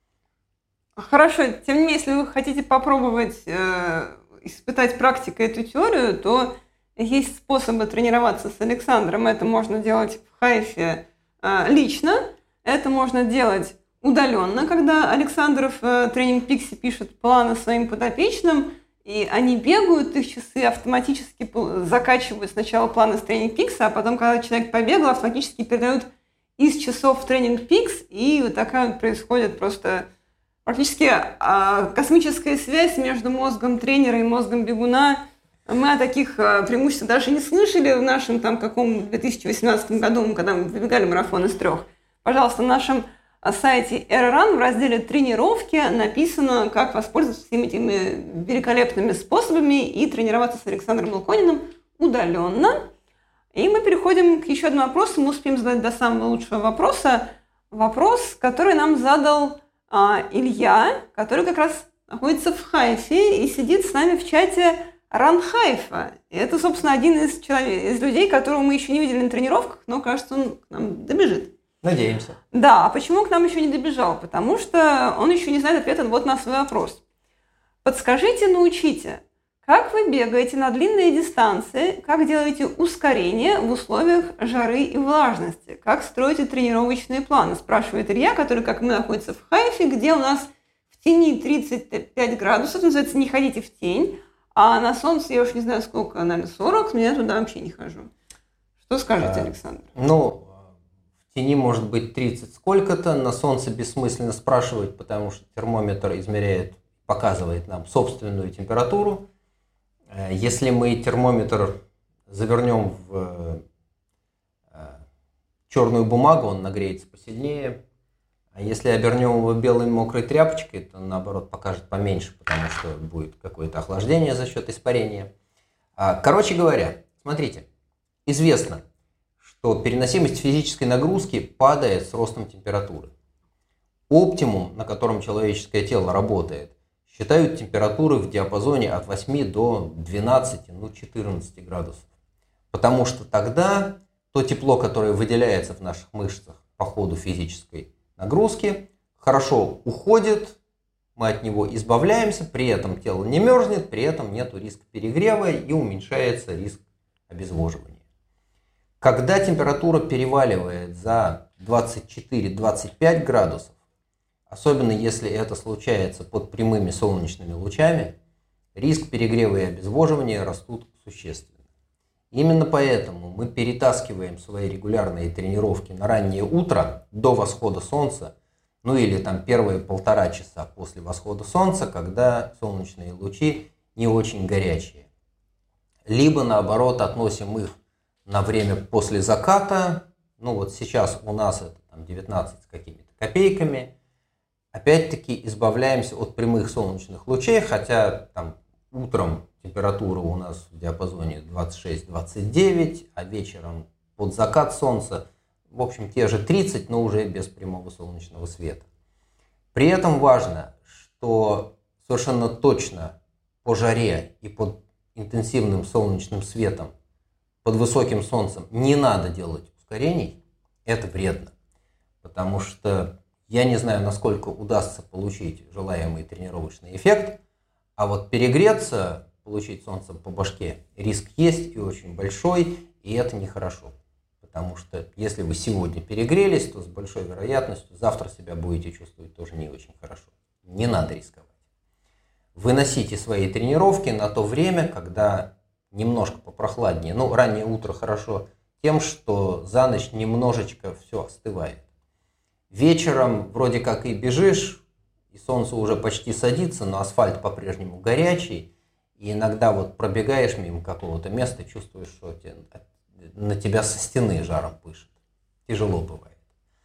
Хорошо, тем не менее, если вы хотите попробовать испытать практикой эту теорию, то есть способы тренироваться с Александром. Это можно делать в Хайфе лично, это можно делать удаленно, когда Александр в Training Peaks пишет планы своим подопечным, и они бегают, их часы автоматически закачивают сначала планы с Training Peaks, а потом, когда человек побегал, автоматически передают из часов в Training Peaks, и вот такая вот происходит просто практически космическая связь между мозгом тренера и мозгом бегуна. Мы о таких преимуществах даже не слышали в нашем каком 2018 году, когда мы выбегали марафон из 3. Пожалуйста, на нашем сайте AeroRun в разделе «Тренировки» написано, как воспользоваться всеми этими великолепными способами и тренироваться с Александром Илкониным удаленно. И мы переходим к еще одному вопросу. Мы успеем задать до самого лучшего вопроса. Вопрос, который нам задал Илья, который как раз находится в Хайфе и сидит с нами в чате Ранхайфа. И это, собственно, один из людей, которого мы еще не видели на тренировках, но, кажется, он к нам добежит. Надеемся. Да, а почему к нам еще не добежал? Потому что он еще не знает ответа вот на свой вопрос. Подскажите, научите, как вы бегаете на длинные дистанции, как делаете ускорение в условиях жары и влажности, как строите тренировочные планы, спрашивает Илья, который, как мы, находится в Хайфе, где у нас в тени 35 градусов, называется «Не ходите в тень», а на солнце я уж не знаю сколько, наверное, 40, но я туда вообще не хожу. Что скажете, Александр? В в тени может быть 30 сколько-то, на солнце бессмысленно спрашивать, потому что термометр измеряет, показывает нам собственную температуру. Если мы термометр завернем в черную бумагу, он нагреется посильнее. А если обернем его белой мокрой тряпочкой, то наоборот покажет поменьше, потому что будет какое-то охлаждение за счет испарения. Короче говоря, смотрите, известно, что переносимость физической нагрузки падает с ростом температуры. Оптимум, на котором человеческое тело работает, считают температуры в диапазоне от 8 до 12, 14 градусов. Потому что тогда то тепло, которое выделяется в наших мышцах по ходу физической нагрузки, хорошо уходит, мы от него избавляемся, при этом тело не мерзнет, при этом нет риска перегрева и уменьшается риск обезвоживания. Когда температура переваливает за 24-25 градусов, особенно если это случается под прямыми солнечными лучами, риск перегрева и обезвоживания растут существенно. Именно поэтому мы перетаскиваем свои регулярные тренировки на раннее утро до восхода солнца, ну или там первые 1,5 часа после восхода солнца, когда солнечные лучи не очень горячие. Либо наоборот относим их на время после заката, ну вот сейчас у нас это там 19 с какими-то копейками. Опять-таки избавляемся от прямых солнечных лучей, хотя там утром температура у нас в диапазоне 26-29, а вечером под закат солнца, в общем, те же 30, но уже без прямого солнечного света. При этом важно, что совершенно точно по жаре и под интенсивным солнечным светом, под высоким солнцем не надо делать ускорений, это вредно, потому что я не знаю, насколько удастся получить желаемый тренировочный эффект, а вот перегреться, получить солнцем по башке, риск есть и очень большой, и это нехорошо. Потому что если вы сегодня перегрелись, то с большой вероятностью завтра себя будете чувствовать тоже не очень хорошо. Не надо рисковать. Выносите свои тренировки на то время, когда немножко попрохладнее. Ну, раннее утро хорошо тем, что за ночь немножечко все остывает. Вечером вроде как и бежишь, и солнце уже почти садится, но асфальт по-прежнему горячий. И иногда вот пробегаешь мимо какого-то места, чувствуешь, что на тебя со стены жаром пышет. Тяжело бывает.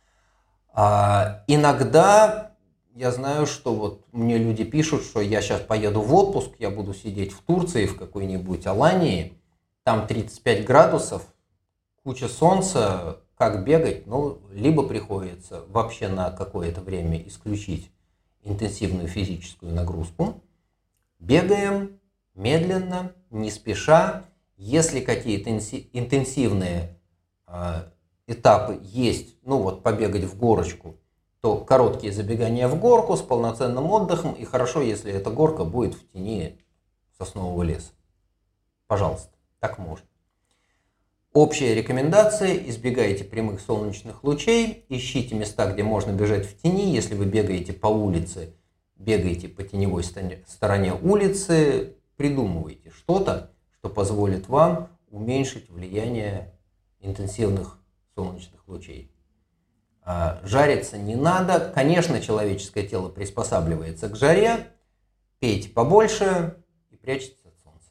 Иногда я знаю, что вот мне люди пишут, что я сейчас поеду в отпуск, я буду сидеть в Турции, в какой-нибудь Алании, там 35 градусов, куча солнца, как бегать? Ну, либо приходится вообще на какое-то время исключить интенсивную физическую нагрузку. Бегаем медленно, не спеша. Если какие-то интенсивные этапы есть, ну вот побегать в горочку, то короткие забегания в горку с полноценным отдыхом. И хорошо, если эта горка будет в тени соснового леса. Пожалуйста, так можно. Общая рекомендация: избегайте прямых солнечных лучей, ищите места, где можно бежать в тени. Если вы бегаете по улице, бегайте по теневой стороне улицы, придумывайте что-то, что позволит вам уменьшить влияние интенсивных солнечных лучей. Жариться не надо. Конечно, человеческое тело приспосабливается к жаре. Пейте побольше и прячьтесь от солнца.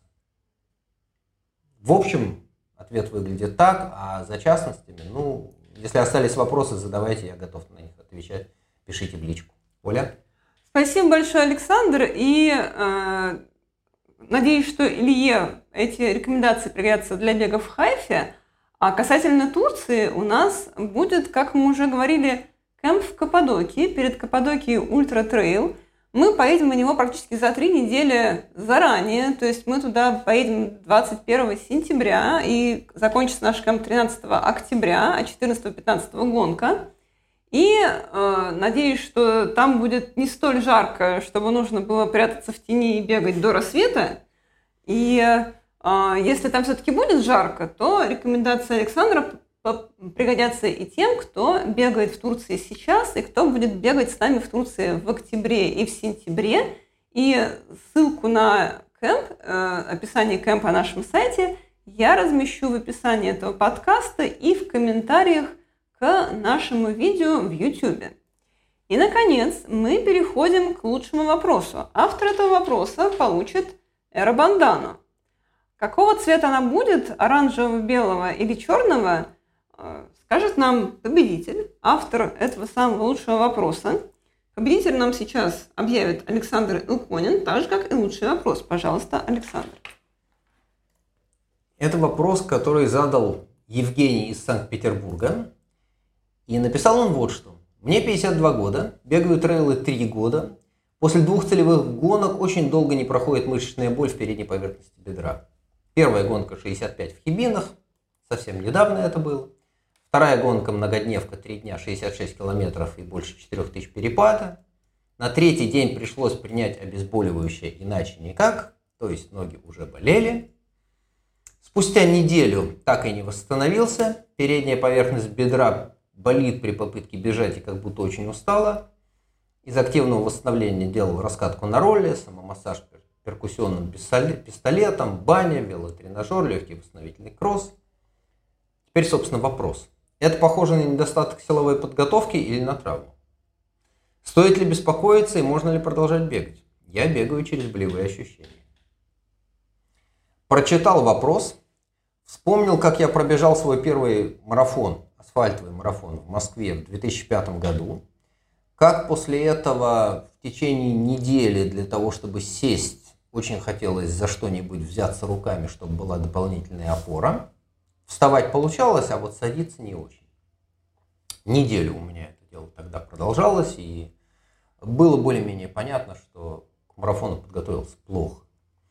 В общем, ответ выглядит так, а за частностями, ну, если остались вопросы, задавайте, я готов на них отвечать. Пишите в личку. Оля? Спасибо большое, Александр, и надеюсь, что Илье эти рекомендации пригодятся для бега в Хайфе. А касательно Турции, у нас будет, как мы уже говорили, кемп в Каппадокии, перед Каппадокией Ультра Трейл. Мы поедем на него практически за 3 недели заранее, то есть мы туда поедем 21 сентября, и закончится наш кемп 13 октября, а 14-15 гонка. И надеюсь, что там будет не столь жарко, чтобы нужно было прятаться в тени и бегать до рассвета. И если там все-таки будет жарко, то рекомендации Александра пригодятся и тем, кто бегает в Турции сейчас, и кто будет бегать с нами в Турции в октябре и в сентябре. И ссылку на кемп, описание кемпа на нашем сайте я размещу в описании этого подкаста и в комментариях к нашему видео в YouTube. И, наконец, мы переходим к лучшему вопросу. Автор этого вопроса получит эробандану. Какого цвета она будет, оранжевого, белого или черного, скажет нам победитель, автор этого самого лучшего вопроса. Победитель нам сейчас объявит Александр Илконин, так же, как и лучший вопрос. Пожалуйста, Александр. Это вопрос, который задал Евгений из Санкт-Петербурга. И написал он вот что. Мне 52 года, бегаю трейлы 3 года. После 2 целевых гонок очень долго не проходит мышечная боль в передней поверхности бедра. Первая гонка 65 в Хибинах, совсем недавно это было. Вторая гонка многодневка 3 дня, 66 километров и больше 4000 перепада. На 3-й день пришлось принять обезболивающее, иначе никак, то есть ноги уже болели. Спустя неделю так и не восстановился, передняя поверхность бедра болит при попытке бежать и как будто очень устала. Из активного восстановления делал раскатку на ролле, самомассаж перкуссионным пистолетом, баня, велотренажер, легкий восстановительный кросс. Теперь, собственно, вопрос. Это похоже на недостаток силовой подготовки или на травму? Стоит ли беспокоиться и можно ли продолжать бегать? Я бегаю через болевые ощущения. Прочитал вопрос, вспомнил, как я пробежал свой первый марафон, асфальтовый марафон в Москве в 2005 году. Как после этого в течение недели для того, чтобы сесть, очень хотелось за что-нибудь взяться руками, чтобы была дополнительная опора. Вставать получалось, а вот садиться не очень. Неделю у меня это дело тогда продолжалось, и было более-менее понятно, что к марафону подготовился плохо.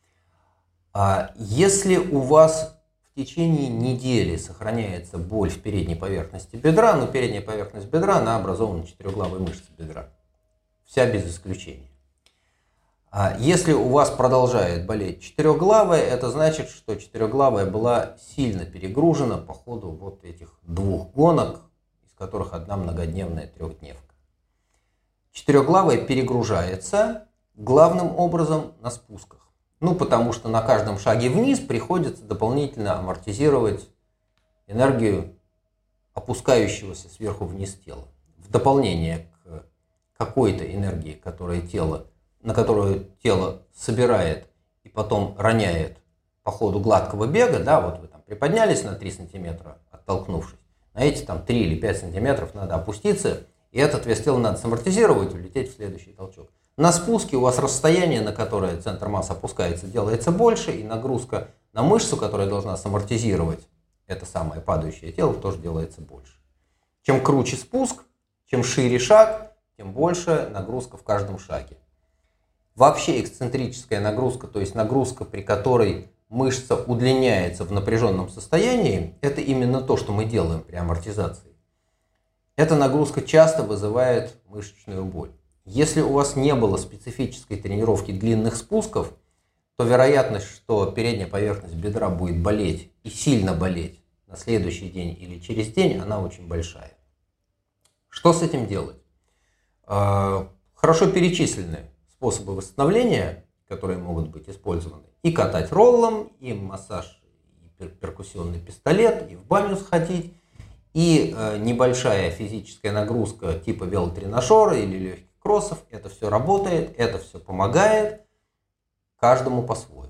Если у вас в течение недели сохраняется боль в передней поверхности бедра, но передняя поверхность бедра, она образована четырехглавой мышцей бедра. Вся без исключения. Если у вас продолжает болеть четырехглавая, это значит, что четырехглавая была сильно перегружена по ходу вот этих 2 гонок, из которых одна многодневная 3-дневка. Четырехглавая перегружается главным образом на спусках. Потому что на каждом шаге вниз приходится дополнительно амортизировать энергию опускающегося сверху вниз тела. В дополнение к какой-то энергии, на которую тело собирает и потом роняет по ходу гладкого бега, вот вы там приподнялись на 3 сантиметра, оттолкнувшись, на эти 3 или 5 сантиметров надо опуститься, и этот вес тела надо самортизировать и улететь в следующий толчок. На спуске у вас расстояние, на которое центр массы опускается, делается больше, и нагрузка на мышцу, которая должна самортизировать это самое падающее тело, тоже делается больше. Чем круче спуск, чем шире шаг, тем больше нагрузка в каждом шаге. Вообще эксцентрическая нагрузка, то есть нагрузка, при которой мышца удлиняется в напряженном состоянии, это именно то, что мы делаем при амортизации. Эта нагрузка часто вызывает мышечную боль. Если у вас не было специфической тренировки длинных спусков, то вероятность, что передняя поверхность бедра будет болеть и сильно болеть на следующий день или через день, она очень большая. Что с этим делать? Хорошо перечислены способы восстановления, которые могут быть использованы. И катать роллом, и массаж, и перкуссионный пистолет, и в баню сходить, и небольшая физическая нагрузка типа велотренажера или легких кроссов. Это все работает, это все помогает, каждому по-своему.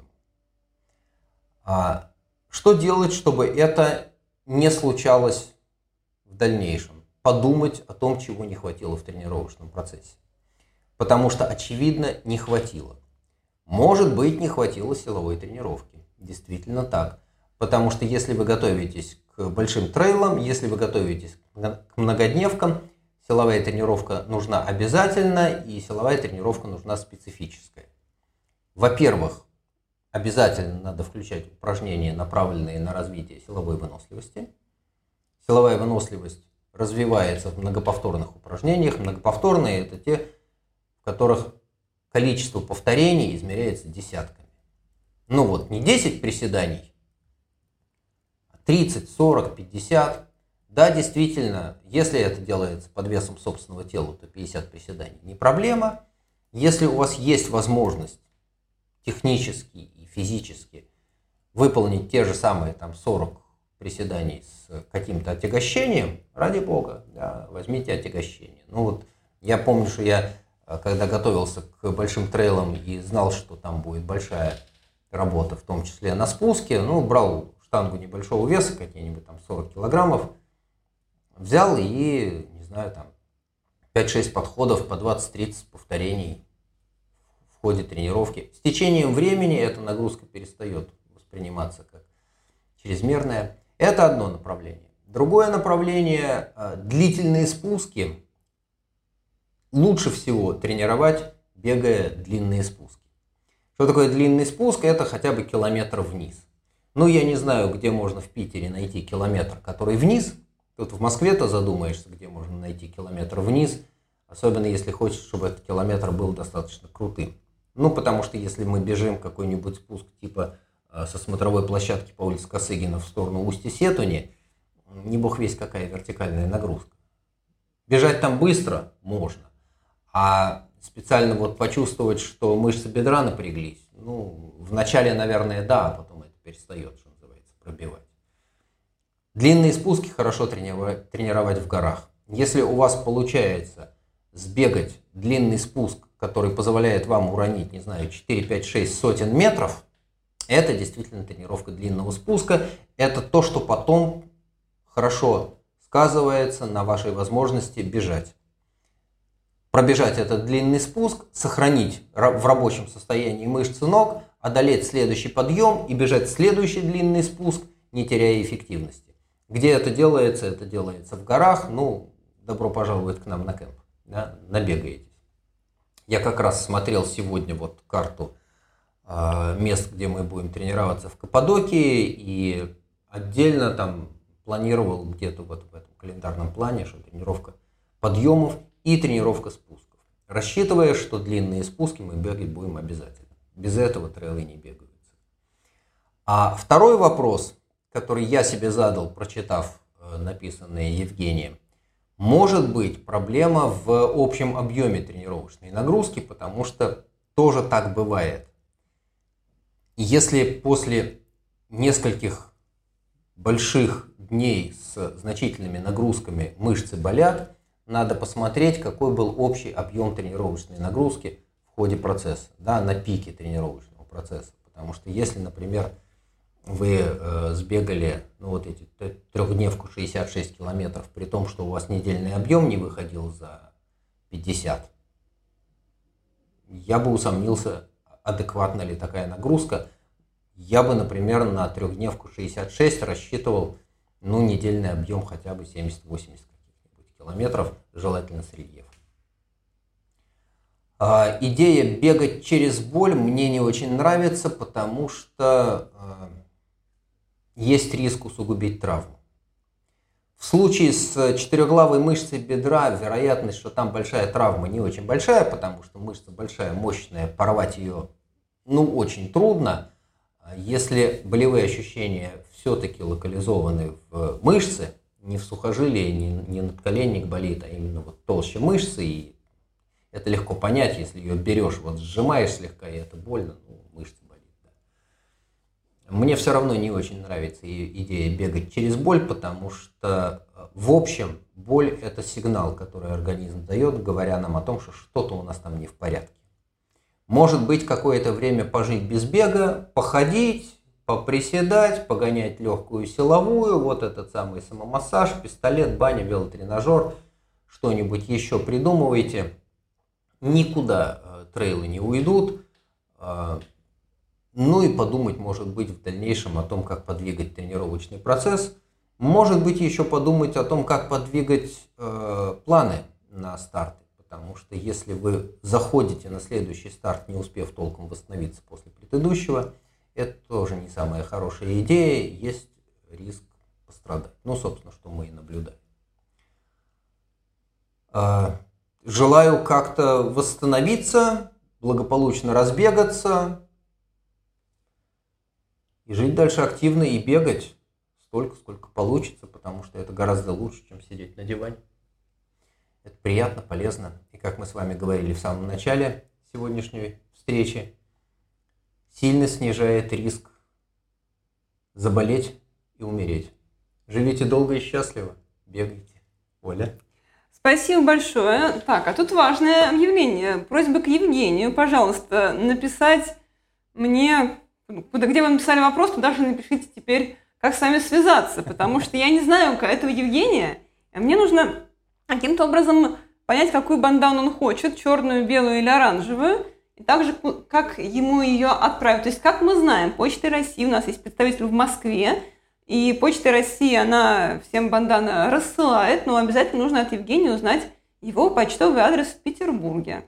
Что делать, чтобы это не случалось в дальнейшем? Подумать о том, чего не хватило в тренировочном процессе. Потому что, очевидно, не хватило. Может быть, не хватило силовой тренировки. Действительно так. Потому что если вы готовитесь к большим трейлам, если вы готовитесь к многодневкам, силовая тренировка нужна обязательно, и силовая тренировка нужна специфическая. Во-первых, обязательно надо включать упражнения, направленные на развитие силовой выносливости. Силовая выносливость развивается в многоповторных упражнениях. Многоповторные – это те, в которых количество повторений измеряется десятками. Не 10 приседаний, а 30, 40, 50. Да, действительно, если это делается под весом собственного тела, то 50 приседаний не проблема. Если у вас есть возможность технически и физически выполнить те же самые 40 приседаний с каким-то отягощением, ради бога, да, возьмите отягощение. Ну вот я помню, что я, когда готовился к большим трейлам и знал, что там будет большая работа, в том числе на спуске, ну, брал штангу небольшого веса, какие-нибудь там 40 килограммов, взял и, не знаю, там 5-6 подходов по 20-30 повторений в ходе тренировки. С течением времени эта нагрузка перестает восприниматься как чрезмерная. Это одно направление. Другое направление – длительные спуски. Лучше всего тренировать, бегая длинные спуски. Что такое длинный спуск? Это хотя бы километр вниз. Ну, я не знаю, где можно в Питере найти километр, который вниз. Тут в Москве-то задумаешься, где можно найти километр вниз. Особенно если хочешь, чтобы этот километр был достаточно крутым. Ну, потому что если мы бежим какой-нибудь спуск типа со смотровой площадки по улице Косыгина в сторону Устья-Сетуни, не бог весть какая вертикальная нагрузка. Бежать там быстро можно, а специально вот почувствовать, что мышцы бедра напряглись, ну, вначале, наверное, да, а потом это перестает, что называется, пробивать. Длинные спуски хорошо тренировать в горах. Если у вас получается сбегать длинный спуск, который позволяет вам уронить, не знаю, 4, 5, 6 сотен метров, это действительно тренировка длинного спуска. Это то, что потом хорошо сказывается на вашей возможности бежать. Пробежать этот длинный спуск, сохранить в рабочем состоянии мышцы ног, одолеть следующий подъем и бежать следующий длинный спуск, не теряя эффективности. Где это делается? Это делается в горах. Ну, добро пожаловать к нам на кемп. Да? Набегаетесь. Я как раз смотрел сегодня вот карту мест, где мы будем тренироваться в Каппадокии, и отдельно там планировал где-то вот в этом календарном плане, что тренировка подъемов и тренировка спусков. Рассчитывая, что длинные спуски мы бегать будем обязательно. Без этого трейлы не бегаются. А второй вопрос, который я себе задал, прочитав написанное Евгением, может быть проблема в общем объеме тренировочной нагрузки, потому что тоже так бывает. Если после нескольких больших дней с значительными нагрузками мышцы болят, надо посмотреть, какой был общий объем тренировочной нагрузки в ходе процесса, да, на пике тренировочного процесса. Потому что если, например, вы сбегали вот эти трехдневку 66 километров, при том, что у вас недельный объем не выходил за 50, я бы усомнился, адекватна ли такая нагрузка. Я бы, например, на трехдневку 66 рассчитывал, ну, недельный объем хотя бы 70-80 каких-нибудь километров, желательно с рельефом. Идея бегать через боль мне не очень нравится, потому что есть риск усугубить травму. В случае с четырехглавой мышцей бедра вероятность, что там большая травма, не очень большая, потому что мышца большая, мощная, порвать ее, ну, очень трудно. Если болевые ощущения все-таки локализованы в мышце, не в сухожилии, не надколенник болит, а именно вот толще мышцы, и это легко понять, если ее берешь, вот сжимаешь слегка, и это больно, ну, мышца болит. Да. Мне все равно не очень нравится идея бегать через боль, потому что в общем боль – это сигнал, который организм дает, говоря нам о том, что что-то у нас там не в порядке. Может быть, какое-то время пожить без бега, походить, поприседать, погонять легкую силовую, вот этот самый самомассаж, пистолет, баня, велотренажер, что-нибудь еще придумывайте. Никуда трейлы не уйдут. Ну и подумать, может быть, в дальнейшем о том, как подвигать тренировочный процесс. Может быть, еще подумать о том, как подвигать планы на старты. Потому что если вы заходите на следующий старт, не успев толком восстановиться после предыдущего, это тоже не самая хорошая идея, есть риск пострадать. Ну, собственно, что мы и наблюдаем. Желаю как-то восстановиться, благополучно разбегаться и жить дальше активно и бегать столько, сколько получится, потому что это гораздо лучше, чем сидеть на диване. Это приятно, полезно. И как мы с вами говорили в самом начале сегодняшней встречи, сильно снижает риск заболеть и умереть. Живите долго и счастливо. Бегайте. Оля. Спасибо большое. Так, а тут важное объявление. Просьба к Евгению, пожалуйста, написать мне, где вы написали вопрос, туда же напишите теперь, как с вами связаться, потому что я не знаю этого Евгения, а мне нужно каким-то образом понять, какую бандану он хочет, черную, белую или оранжевую, и также как ему ее отправить. То есть, как мы знаем, Почта России, у нас есть представитель в Москве, и Почта России, она всем банданы рассылает, но обязательно нужно от Евгения узнать его почтовый адрес в Петербурге.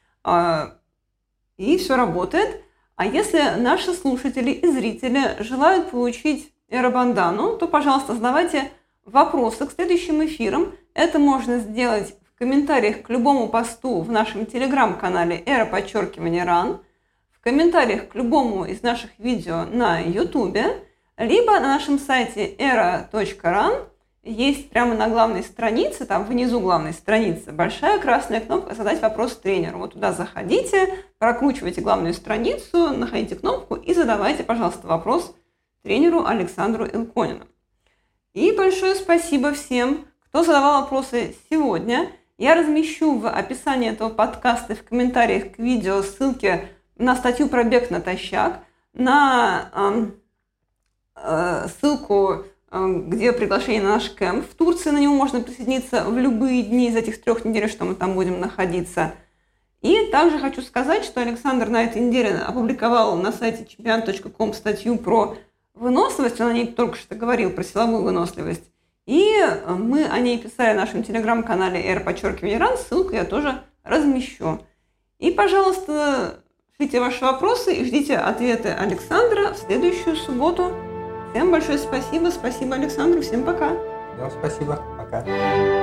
И все работает. А если наши слушатели и зрители желают получить эробандану, то, пожалуйста, задавайте вопросы к следующим эфирам. Это можно сделать в комментариях к любому посту в нашем телеграм-канале @RAN, в комментариях к любому из наших видео на ютубе, либо на нашем сайте era.ran есть прямо на главной странице, там внизу главной страницы, большая красная кнопка «Задать вопрос тренеру». Вот туда заходите, прокручивайте главную страницу, находите кнопку и задавайте, пожалуйста, вопрос тренеру Александру Илконину. И большое спасибо всем, кто задавал вопросы сегодня. Я размещу в описании этого подкаста и в комментариях к видео ссылки на статью про бег натощак, на ссылку, где приглашение на наш кэмп в Турции, на него можно присоединиться в любые дни из этих 3 недель, что мы там будем находиться. И также хочу сказать, что Александр на этой неделе опубликовал на сайте champion.com статью про выносливость, он о ней только что говорил, про силовую выносливость. И мы о ней писали в нашем телеграм-канале r_ran, ссылку я тоже размещу. И, пожалуйста, шлите ваши вопросы и ждите ответы Александра в следующую субботу. Всем большое спасибо. Спасибо, Александру. Всем пока. Всем спасибо. Пока.